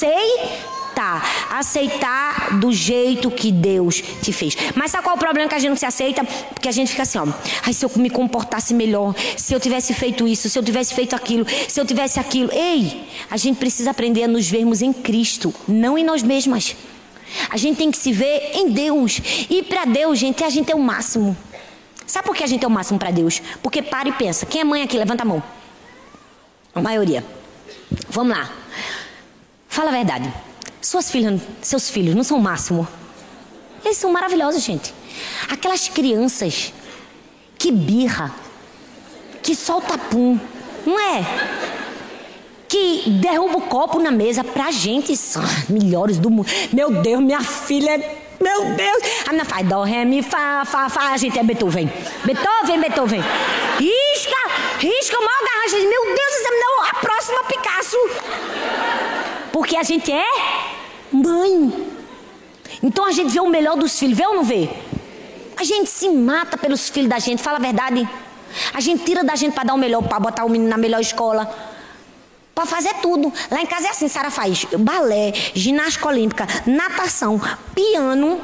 Speaker 2: aceitar do jeito que Deus te fez. Mas sabe qual é o problema que a gente não se aceita? Porque a gente fica assim, ai, se eu me comportasse melhor, se eu tivesse feito isso, se eu tivesse feito aquilo, se eu tivesse aquilo. Ei, a gente precisa aprender a nos vermos em Cristo, não em nós mesmas. A gente tem que se ver em Deus. E para Deus, gente, a gente é o máximo. Sabe por que a gente é o máximo para Deus? Porque para e pensa. Quem é mãe aqui? Levanta a mão. A maioria. Vamos lá. Fala a verdade. Seus filhos não são o máximo? Eles são maravilhosos, gente. Aquelas crianças que birra, que solta pum, não é? que derruba o copo na mesa pra gente, são melhores do mundo. Meu Deus, minha filha, meu Deus. A menina faz dó, ré, mi, fá, a gente é Beethoven. Beethoven. Risca o maior garrancho. Meu Deus, essa menina é a próxima Picasso. Porque a gente é mãe. Então a gente vê o melhor dos filhos, vê ou não vê? A gente se mata pelos filhos da gente, fala a verdade. A gente tira da gente pra dar o melhor, pra botar o menino na melhor escola, pra fazer tudo. Lá em casa é assim, Sara faz balé, ginástica olímpica, natação, piano,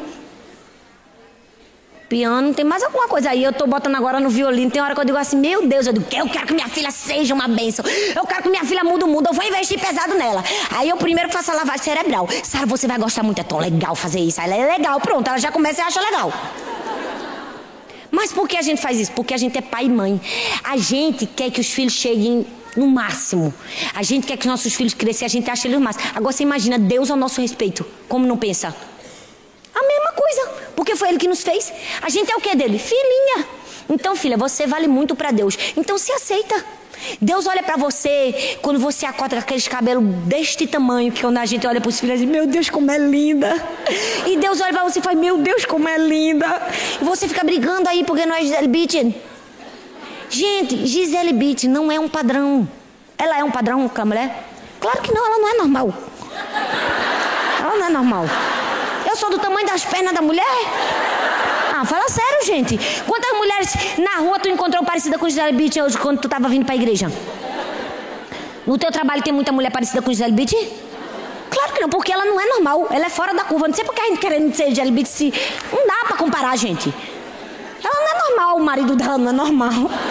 Speaker 2: tem mais alguma coisa aí. Eu tô botando agora no violino. Tem hora que eu digo assim, meu Deus, eu quero que minha filha seja uma bênção. Eu quero que minha filha mude o mundo. Eu vou investir pesado nela. Aí eu primeiro faço a lavagem cerebral. Sara, você vai gostar muito, é tão legal fazer isso. Ela é legal, pronto, ela já começa e acha legal. Mas por que a gente faz isso? Porque a gente é pai e mãe. A gente quer que os filhos cheguem no máximo. A gente quer que nossos filhos cresçam e a gente acha eles no máximo. Agora você imagina Deus ao nosso respeito. Como não pensa? A mesma coisa. Porque foi Ele que nos fez. A gente é o que dele? Filhinha. Então, filha, você vale muito pra Deus. Então se aceita. Deus olha pra você quando você acorda com aqueles cabelos deste tamanho, que quando a gente olha pros filhos, diz, meu Deus, como é linda. E Deus olha pra você e fala, meu Deus, como é linda. E você fica brigando aí porque não é Gisele Bündchen. Gente, Gisele Bündchen não é um padrão. Ela é um padrão, aquela mulher? Claro que não, ela não é normal. Ela não é normal. Eu sou do tamanho das pernas da mulher? Ah, fala sério, gente. Quantas mulheres na rua tu encontrou parecida com Gisele Bündchen hoje quando tu tava vindo pra igreja? No teu trabalho tem muita mulher parecida com Gisele Bündchen? Claro que não, porque ela não é normal. Ela é fora da curva. Não sei porque a gente querendo ser Gisele Bündchen. Não dá pra comparar, gente. Ela não é normal, o marido dela não é normal.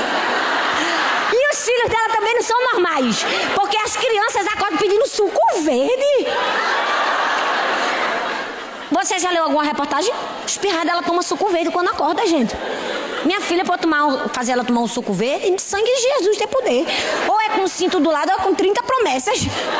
Speaker 2: E os filhos dela também não são normais. Porque as crianças acordam pedindo suco verde. Você já leu alguma reportagem? Espirrada, ela toma suco verde quando acorda, gente. Minha filha pode fazer ela tomar um suco verde e sangue de Jesus tem poder. Ou é com o cinto do lado ou é com 30 promessas.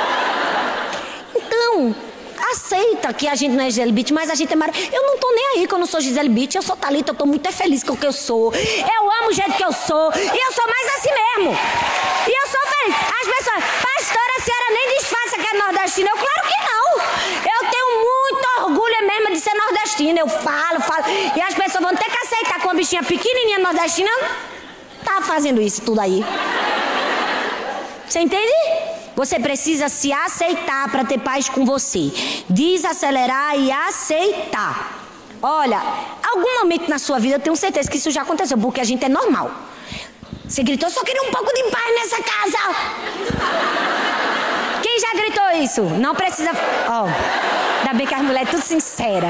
Speaker 2: Então, aceita que a gente não é Gisele Bündchen, mas a gente é maravilhosa. Eu não tô nem aí que eu não sou Gisele Bündchen, eu sou Thalita, eu tô muito feliz com o que eu sou. Eu amo o jeito que eu sou. E eu sou mais assim mesmo. E eu sou feliz. As pessoas, pastora, a senhora nem disfarça que é nordestina. Eu, claro que não. Eu tenho muito orgulho mesmo de ser nordestina. Eu falo. E as pessoas vão ter que aceitar que uma bichinha pequenininha nordestina tá fazendo isso tudo aí. Você entende? Você precisa se aceitar para ter paz com você. Desacelerar e aceitar. Olha, algum momento na sua vida eu tenho certeza que isso já aconteceu, porque a gente é normal. Você gritou, só queria um pouco de paz nessa casa. Quem já gritou isso? Não precisa... ainda bem que as mulheres tudo sincera.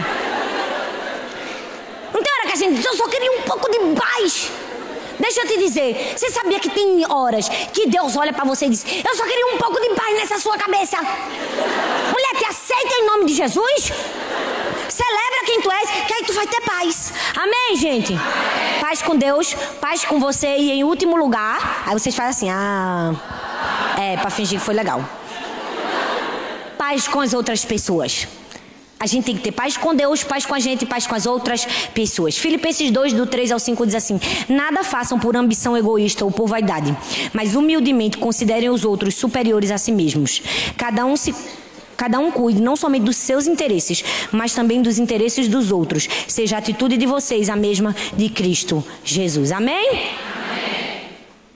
Speaker 2: Não tem hora que a gente diz, eu só queria um pouco de paz. Deixa eu te dizer, você sabia que tem horas que Deus olha pra você e diz, eu só queria um pouco de paz nessa sua cabeça. Mulher, te aceita em nome de Jesus? Celebra quem tu és, que aí tu vai ter paz. Amém, gente? Amém. Paz com Deus, paz com você e em último lugar, aí vocês fazem assim, pra fingir que foi legal. Paz com as outras pessoas. A gente tem que ter paz com Deus, paz com a gente e paz com as outras pessoas. Filipenses 2, do 3 ao 5 diz assim, nada façam por ambição egoísta ou por vaidade, mas humildemente considerem os outros superiores a si mesmos. Cada um cuide não somente dos seus interesses, mas também dos interesses dos outros. Seja a atitude de vocês a mesma de Cristo Jesus. Amém? Amém.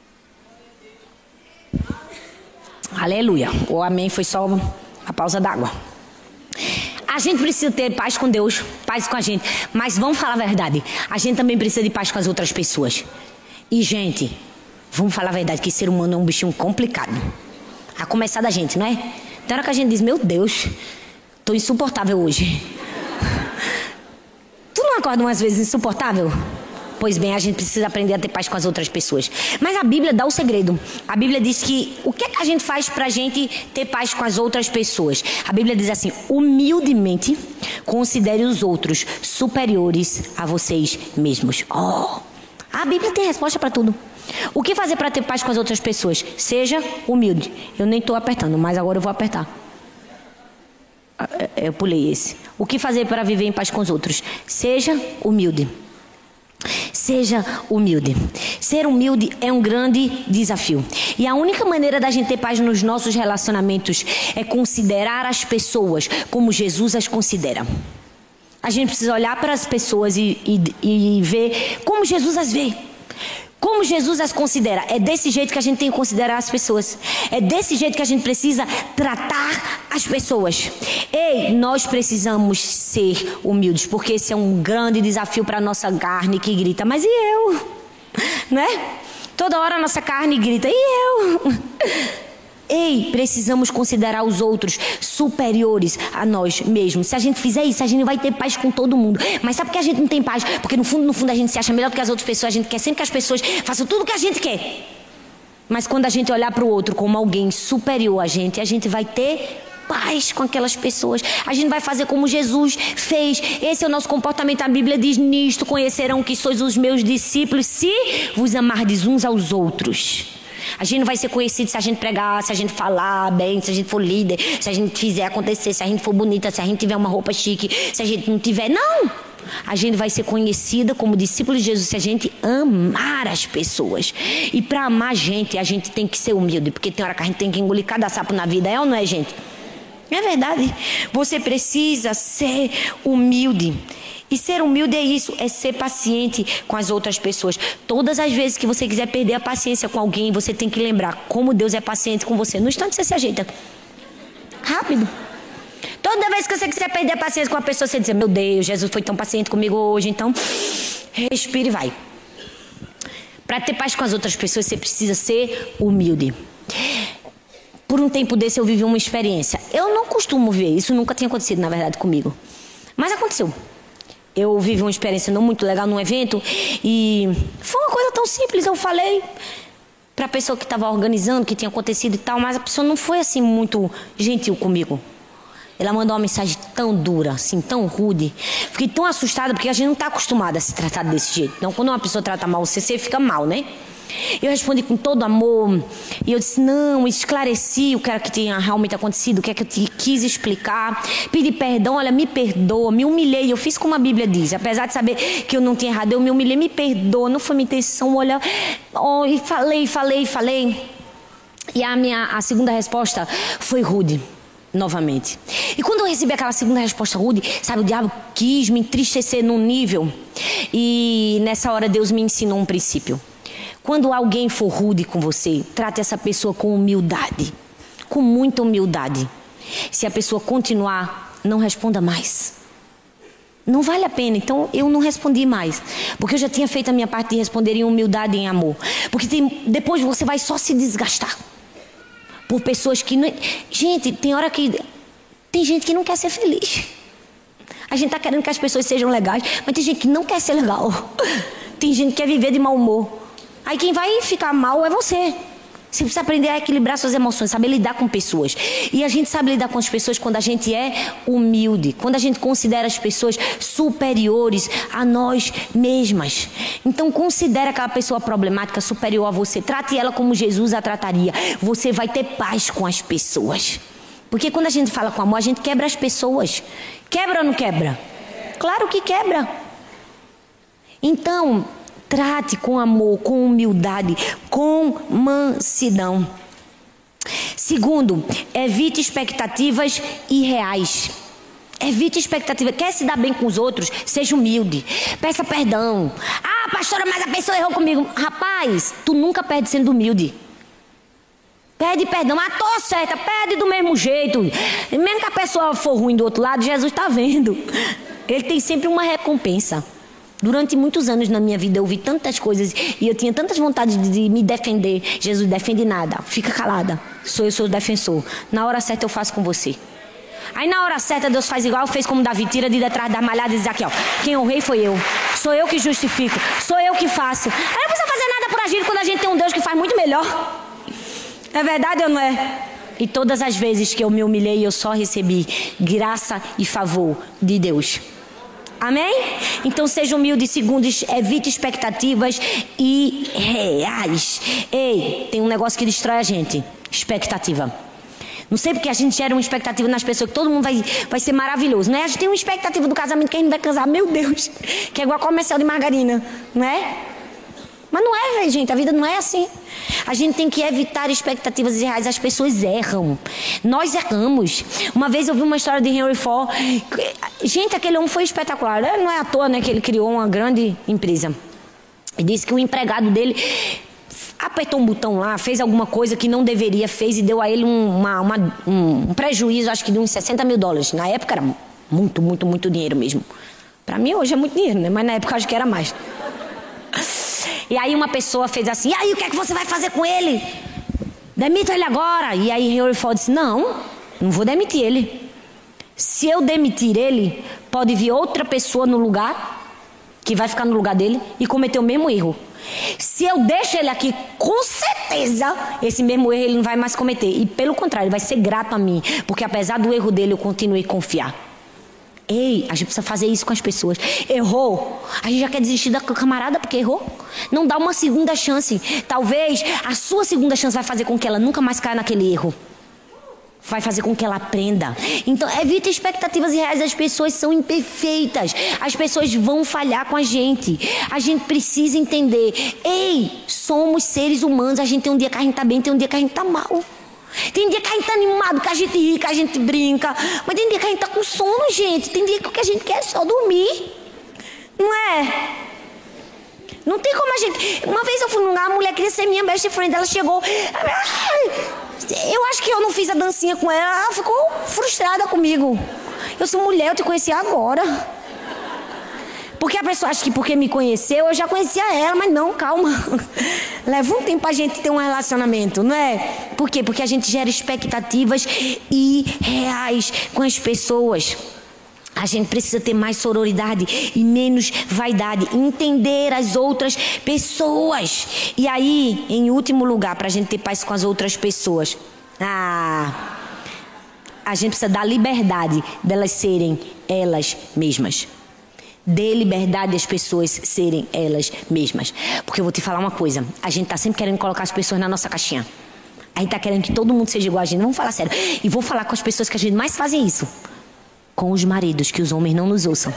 Speaker 2: Aleluia. O amém foi só a pausa d'água. A gente precisa ter paz com Deus, paz com a gente. Mas vamos falar a verdade, a gente também precisa de paz com as outras pessoas. E, gente, vamos falar a verdade, que ser humano é um bichinho complicado. A começar da gente, não é? Tem hora que a gente diz, meu Deus, tô insuportável hoje. Tu não acorda umas vezes insuportável? Pois bem, a gente precisa aprender a ter paz com as outras pessoas. Mas a Bíblia dá o segredo. A Bíblia diz que o que é que a gente faz pra gente ter paz com as outras pessoas? A Bíblia diz assim, humildemente considere os outros superiores a vocês mesmos. A Bíblia tem resposta pra tudo. O que fazer para ter paz com as outras pessoas? Seja humilde. Eu nem estou apertando, mas agora eu vou apertar. Eu pulei esse. O que fazer para viver em paz com os outros? Seja humilde. Seja humilde. Ser humilde é um grande desafio. E a única maneira da gente ter paz nos nossos relacionamentos é considerar as pessoas como Jesus as considera. A gente precisa olhar para as pessoas e ver como Jesus as vê. Como Jesus as considera. É desse jeito que a gente tem que considerar as pessoas. É desse jeito que a gente precisa tratar as pessoas. Ei, nós precisamos ser humildes, porque esse é um grande desafio para a nossa carne que grita, mas e eu? Né? Toda hora a nossa carne grita, e eu? Ei, precisamos considerar os outros superiores a nós mesmos. Se a gente fizer isso, a gente vai ter paz com todo mundo. Mas sabe por que a gente não tem paz? Porque no fundo a gente se acha melhor do que as outras pessoas. A gente quer sempre que as pessoas façam tudo o que a gente quer. Mas quando a gente olhar para o outro como alguém superior a gente vai ter paz com aquelas pessoas. A gente vai fazer como Jesus fez. Esse é o nosso comportamento. A Bíblia diz: nisto conhecerão que sois os meus discípulos, se vos amardes uns aos outros. A gente não vai ser conhecido se a gente pregar, se a gente falar bem, se a gente for líder, se a gente fizer acontecer, se a gente for bonita, se a gente tiver uma roupa chique, se a gente não tiver. Não! A gente vai ser conhecida como discípulo de Jesus se a gente amar as pessoas. E para amar a gente tem que ser humilde, porque tem hora que a gente tem que engolir cada sapo na vida, é ou não é, gente? É verdade. Você precisa ser humilde. E ser humilde é isso, é ser paciente com as outras pessoas. Todas as vezes que você quiser perder a paciência com alguém, você tem que lembrar como Deus é paciente com você. No instante você se ajeita. Rápido. Toda vez que você quiser perder a paciência com uma pessoa, você diz: meu Deus, Jesus foi tão paciente comigo hoje, então respire e vai. Para ter paz com as outras pessoas, você precisa ser humilde. Por um tempo desse eu vivi uma experiência. Eu não costumo ver, isso nunca tinha acontecido na verdade comigo. Mas aconteceu. Eu vivi uma experiência não muito legal num evento e foi uma coisa tão simples. Eu falei para a pessoa que estava organizando, que tinha acontecido e tal, mas a pessoa não foi assim muito gentil comigo. Ela mandou uma mensagem tão dura, assim, tão rude. Fiquei tão assustada porque a gente não está acostumado a se tratar desse jeito. Então, quando uma pessoa trata mal você fica mal, né? Eu respondi com todo amor e eu disse: não, esclareci o que era que tinha realmente acontecido, o que é que eu te quis explicar, pedi perdão, olha, me perdoa, me humilhei, eu fiz como a Bíblia diz, apesar de saber que eu não tinha errado, eu me humilhei, me perdoa, não foi minha intenção, olha, e falei. E a segunda resposta foi rude, novamente. E quando eu recebi aquela segunda resposta rude, sabe, o diabo quis me entristecer num nível, e nessa hora Deus me ensinou um princípio. Quando alguém for rude com você, trate essa pessoa com humildade, com muita humildade. Se a pessoa continuar, não responda mais. Não vale a pena, então eu não respondi mais. Porque eu já tinha feito a minha parte de responder em humildade e em amor. Porque depois você vai só se desgastar. Por pessoas que não... Gente, tem hora que... Tem gente que não quer ser feliz. A gente está querendo que as pessoas sejam legais, mas tem gente que não quer ser legal. Tem gente que quer viver de mau humor. Aí quem vai ficar mal é você. Você precisa aprender a equilibrar suas emoções, saber lidar com pessoas. E a gente sabe lidar com as pessoas quando a gente é humilde, quando a gente considera as pessoas superiores a nós mesmas. Então considere aquela pessoa problemática superior a você. Trate ela como Jesus a trataria. Você vai ter paz com as pessoas. Porque quando a gente fala com amor, a gente quebra as pessoas. Quebra ou não quebra? Claro que quebra. Então... trate com amor, com humildade, com mansidão. Segundo, evite expectativas irreais. Evite expectativas. Quer se dar bem com os outros? Seja humilde. Peça perdão. Ah, pastora, mas a pessoa errou comigo. Rapaz, tu nunca perde sendo humilde. Pede perdão. Ah, tô certa. Pede do mesmo jeito. Mesmo que a pessoa for ruim do outro lado, Jesus está vendo. Ele tem sempre uma recompensa. Durante muitos anos na minha vida eu ouvi tantas coisas e eu tinha tantas vontades de me defender. Jesus, defende nada, fica calada, sou eu seu defensor. Na hora certa eu faço com você. Aí na hora certa Deus faz igual, fez como Davi, tira de detrás da malhada e diz aqui, ó: quem é o rei foi eu, sou eu que justifico, sou eu que faço. Aí não precisa fazer nada por agir quando a gente tem um Deus que faz muito melhor. É verdade ou não é? E todas as vezes que eu me humilhei, eu só recebi graça e favor de Deus. Amém? Então seja humilde. Segundo, evite expectativas irreais. Ei, tem um negócio que destrói a gente: expectativa. Não sei porque a gente gera uma expectativa nas pessoas que todo mundo vai ser maravilhoso, né? A gente tem uma expectativa do casamento que a gente vai casar, meu Deus, que é igual comercial de margarina, não é? Mas não é, velho, gente, a vida não é assim. A gente tem que evitar expectativas irreais. As pessoas erram. Nós erramos. Uma vez eu vi uma história de Henry Ford. Gente, aquele homem foi espetacular. Não é à toa, né, que ele criou uma grande empresa. E disse que o empregado dele apertou um botão lá, fez alguma coisa que não deveria, fez e deu a ele um prejuízo, acho que de uns $60 mil. Na época era muito, muito, muito dinheiro mesmo. Pra mim hoje é muito dinheiro, né? Mas na época acho que era mais. E aí uma pessoa fez assim, e aí o que é que você vai fazer com ele? Demita ele agora. E aí Henry Ford disse, não vou demitir ele. Se eu demitir ele, pode vir outra pessoa no lugar, que vai ficar no lugar dele e cometer o mesmo erro. Se eu deixo ele aqui, com certeza, esse mesmo erro ele não vai mais cometer. E pelo contrário, ele vai ser grato a mim, porque apesar do erro dele, eu continuei a confiar. Ei, a gente precisa fazer isso com as pessoas. Errou, a gente já quer desistir da camarada porque errou. Não dá uma segunda chance. Talvez a sua segunda chance vai fazer com que ela nunca mais caia naquele erro. Vai fazer com que ela aprenda. Então, evite expectativas irreais. As pessoas são imperfeitas. As pessoas vão falhar com a gente. A gente precisa entender. Ei, somos seres humanos. A gente tem um dia que a gente tá bem, tem um dia que a gente tá mal. Tem dia que a gente tá animado, que a gente ri, que a gente brinca. Mas tem dia que a gente tá com sono, gente. Tem dia que o que a gente quer é só dormir. Não é? Não tem como a gente... Uma vez eu fui num lugar, a mulher queria ser minha best friend. Ela chegou... Eu acho que eu não fiz a dancinha com ela. Ela ficou frustrada comigo. Eu sou mulher, eu te conheci agora. Porque a pessoa acha que porque me conheceu, eu já conhecia ela. Mas não, calma. Leva um tempo pra gente ter um relacionamento, não é? Por quê? Porque a gente gera expectativas irreais com as pessoas. A gente precisa ter mais sororidade e menos vaidade. Entender as outras pessoas. E aí, em último lugar, para a gente ter paz com as outras pessoas. A gente precisa dar liberdade delas serem elas mesmas. Dê liberdade às pessoas serem elas mesmas. Porque eu vou te falar uma coisa. A gente tá sempre querendo colocar as pessoas na nossa caixinha. A gente tá querendo que todo mundo seja igual a gente. Vamos falar sério. E vou falar com as pessoas que a gente mais fazem isso. Com os maridos, que os homens não nos ouçam.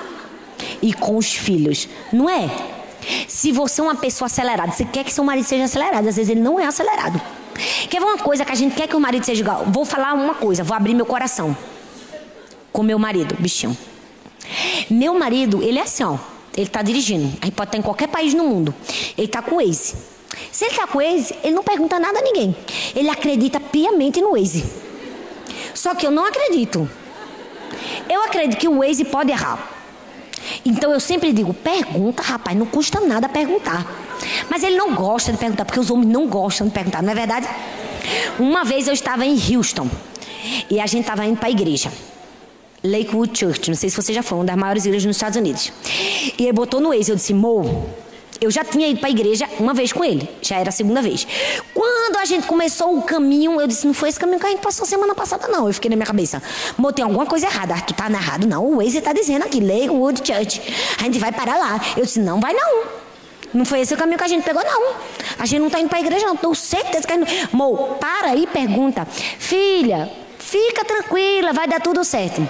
Speaker 2: E com os filhos. Não é? Se você é uma pessoa acelerada, você quer que seu marido seja acelerado. Às vezes ele não é acelerado. Quer ver uma coisa que a gente quer que o marido seja igual? Vou falar uma coisa, vou abrir meu coração. Com meu marido, bichinho. Meu marido, ele é assim, ó. Ele tá dirigindo. A gente pode estar em qualquer país no mundo. Ele tá com o Waze. Se ele tá com o Waze, ele não pergunta nada a ninguém. Ele acredita piamente no Waze. Só que eu não acredito. Eu acredito que o Waze pode errar. Então eu sempre digo, pergunta, rapaz, não custa nada perguntar. Mas ele não gosta de perguntar, porque os homens não gostam de perguntar, não é verdade? Uma vez eu estava em Houston e a gente estava indo para a igreja Lakewood Church, não sei se você já foi, uma das maiores igrejas nos Estados Unidos. E ele botou no Waze, eu disse, Mo, eu já tinha ido para a igreja uma vez com ele, já era a segunda vez. Quando a gente começou o caminho, eu disse, não foi esse caminho que a gente passou semana passada não. Eu fiquei na minha cabeça, Mo, tem alguma coisa errada. Tu tá errado? Não, o Waze tá dizendo aqui, Lakewood Church, a gente vai parar lá. Eu disse, não vai não. Não foi esse o caminho que a gente pegou não. A gente não tá indo para a igreja não, tenho certeza que a gente... Mo, para aí e pergunta, filha, fica tranquila, vai dar tudo certo.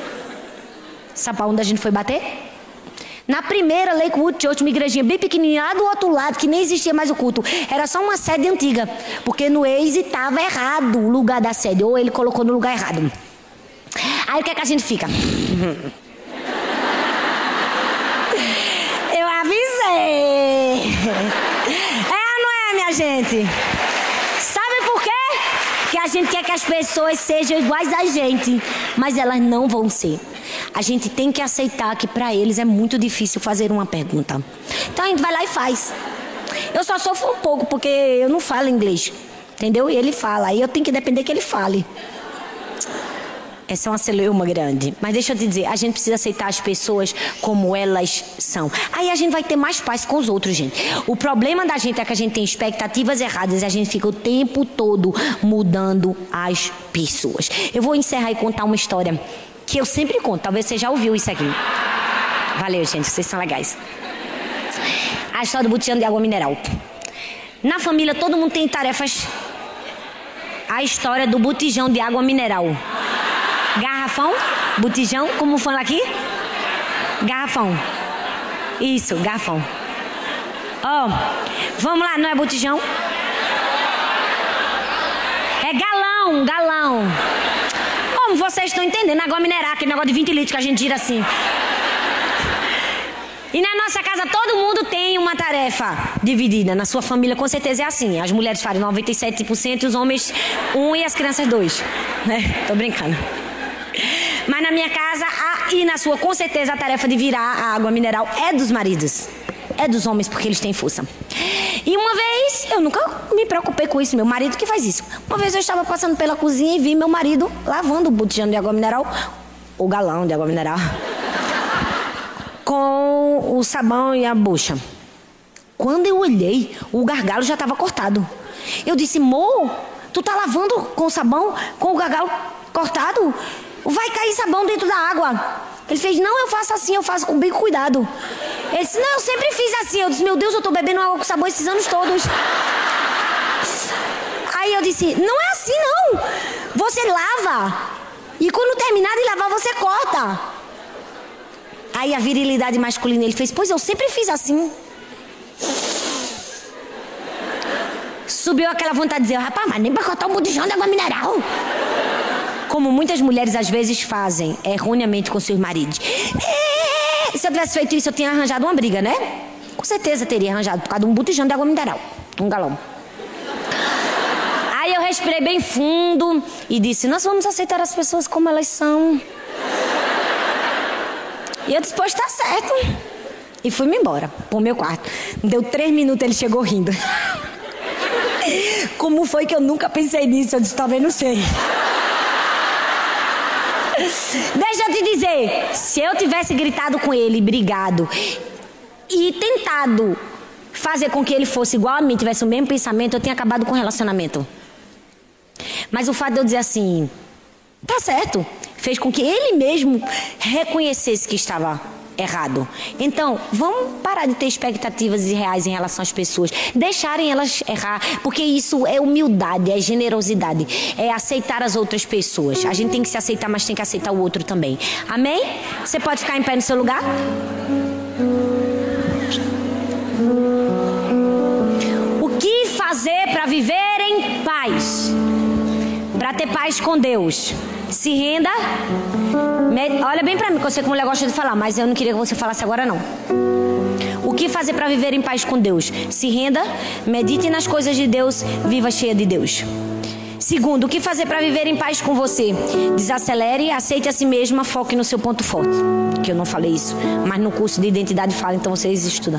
Speaker 2: Sabe pra onde a gente foi bater? Na primeira Lakewood Church, uma igrejinha bem pequenininha, lá do outro lado, que nem existia mais o culto. Era só uma sede antiga, porque no Waze estava errado o lugar da sede, ou ele colocou no lugar errado. Aí o que é que a gente fica? Eu avisei. É ou não é, minha gente? Sabe por quê? Que a gente quer que as pessoas sejam iguais a gente, mas elas não vão ser. A gente tem que aceitar que para eles é muito difícil fazer uma pergunta. Então a gente vai lá e faz. Eu só sofro um pouco porque eu não falo inglês, entendeu? E ele fala, aí eu tenho que depender que ele fale. Essa é uma celeuma grande. Mas deixa eu te dizer, a gente precisa aceitar as pessoas como elas são. Aí a gente vai ter mais paz com os outros, gente. O problema da gente é que a gente tem expectativas erradas e a gente fica o tempo todo mudando as pessoas. Eu vou encerrar e contar uma história que eu sempre conto. Talvez você já ouviu isso aqui. Valeu, gente. Vocês são legais. A história do botijão de água mineral. Na família, todo mundo tem tarefas a história do botijão de água mineral. Garrafão? Botijão? Como fala aqui? Garrafão. Isso, garrafão. Ó, vamos lá, não é botijão? É galão. Como vocês estão entendendo? Água mineral, aquele negócio de 20 litros que a gente tira assim. E na nossa casa todo mundo tem uma tarefa dividida. Na sua família com certeza é assim. As mulheres fazem 97%, os homens 1% e as crianças 2%. Né? Tô brincando. Mas na minha casa e na sua com certeza a tarefa de virar a água mineral é dos maridos. É dos homens porque eles têm força. E uma vez, eu nunca me preocupei com isso, meu marido que faz isso. Uma vez eu estava passando pela cozinha e vi meu marido lavando o botijão de água mineral, o galão de água mineral, com o sabão e a bucha. Quando eu olhei, o gargalo já estava cortado. Eu disse, amor, tu tá lavando com o sabão, com o gargalo cortado? Vai cair sabão dentro da água. Ele fez, não, eu faço assim, eu faço com bem cuidado. Ele disse, não, eu sempre fiz assim. Eu disse, meu Deus, eu tô bebendo água com sabão esses anos todos. Aí eu disse, não é assim não. Você lava e quando terminar de lavar você corta. Aí a virilidade masculina, ele fez, pois eu sempre fiz assim. Subiu aquela vontade de dizer, rapaz, mas nem pra cortar um botijão de água mineral. Como muitas mulheres às vezes fazem erroneamente com seus maridos. Se eu tivesse feito isso, eu tinha arranjado uma briga, né? Com certeza teria arranjado por causa de um botijão de água mineral, um galão. Aí eu respirei bem fundo e disse, nós vamos aceitar as pessoas como elas são. E eu disse, pois tá certo. E fui-me embora pro meu quarto. Deu 3 minutos, ele chegou rindo. Como foi que eu nunca pensei nisso? Eu disse, talvez não sei. Deixa eu te dizer, se eu tivesse gritado com ele, brigado, e tentado fazer com que ele fosse igual a mim, tivesse o mesmo pensamento, eu tinha acabado com o relacionamento. Mas o fato de eu dizer assim, tá certo, fez com que ele mesmo reconhecesse que estava errado. Então, vamos parar de ter expectativas irreais em relação às pessoas, deixarem elas errar, porque isso é humildade, é generosidade, é aceitar as outras pessoas. A gente tem que se aceitar, mas tem que aceitar o outro também. Amém? Você pode ficar em pé no seu lugar? O que fazer para viver em paz? Para ter paz com Deus? Se renda. Olha bem pra mim, que eu sei que a mulher gosta de falar, mas eu não queria que você falasse agora não. O que fazer para viver em paz com Deus? Se renda, medite nas coisas de Deus, viva cheia de Deus. Segundo, o que fazer para viver em paz com você? Desacelere, aceite a si mesma, foque no seu ponto forte. Que eu não falei isso, mas no curso de identidade fala, então vocês estudam.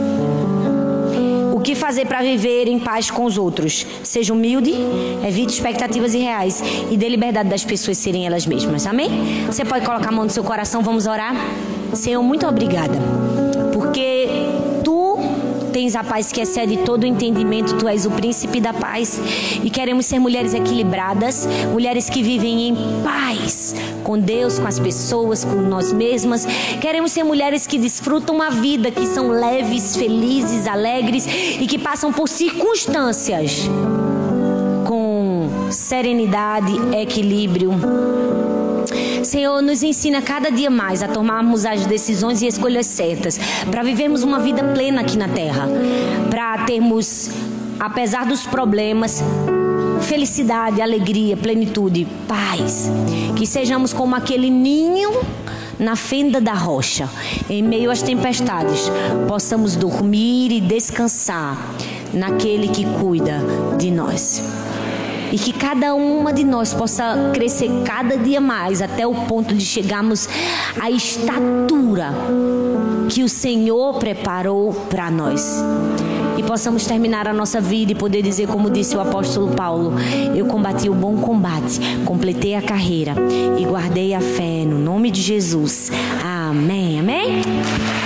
Speaker 2: O que fazer para viver em paz com os outros? Seja humilde, evite expectativas irreais e dê liberdade das pessoas serem elas mesmas. Amém? Você pode colocar a mão no seu coração, vamos orar? Senhor, muito obrigada, porque Tu tens a paz que excede todo o entendimento, Tu és o príncipe da paz e queremos ser mulheres equilibradas, mulheres que vivem em paz com Deus, com as pessoas, com nós mesmas. Queremos ser mulheres que desfrutam a vida, que são leves, felizes, alegres e que passam por circunstâncias com serenidade, equilíbrio. Senhor, nos ensina cada dia mais a tomarmos as decisões e escolhas certas para vivermos uma vida plena aqui na terra, para termos, apesar dos problemas, felicidade, alegria, plenitude, paz. Que sejamos como aquele ninho na fenda da rocha, em meio às tempestades, possamos dormir e descansar naquele que cuida de nós. E que cada uma de nós possa crescer cada dia mais até o ponto de chegarmos à estatura que o Senhor preparou para nós. E possamos terminar a nossa vida e poder dizer, como disse o apóstolo Paulo, eu combati o bom combate, completei a carreira e guardei a fé no nome de Jesus. Amém, amém?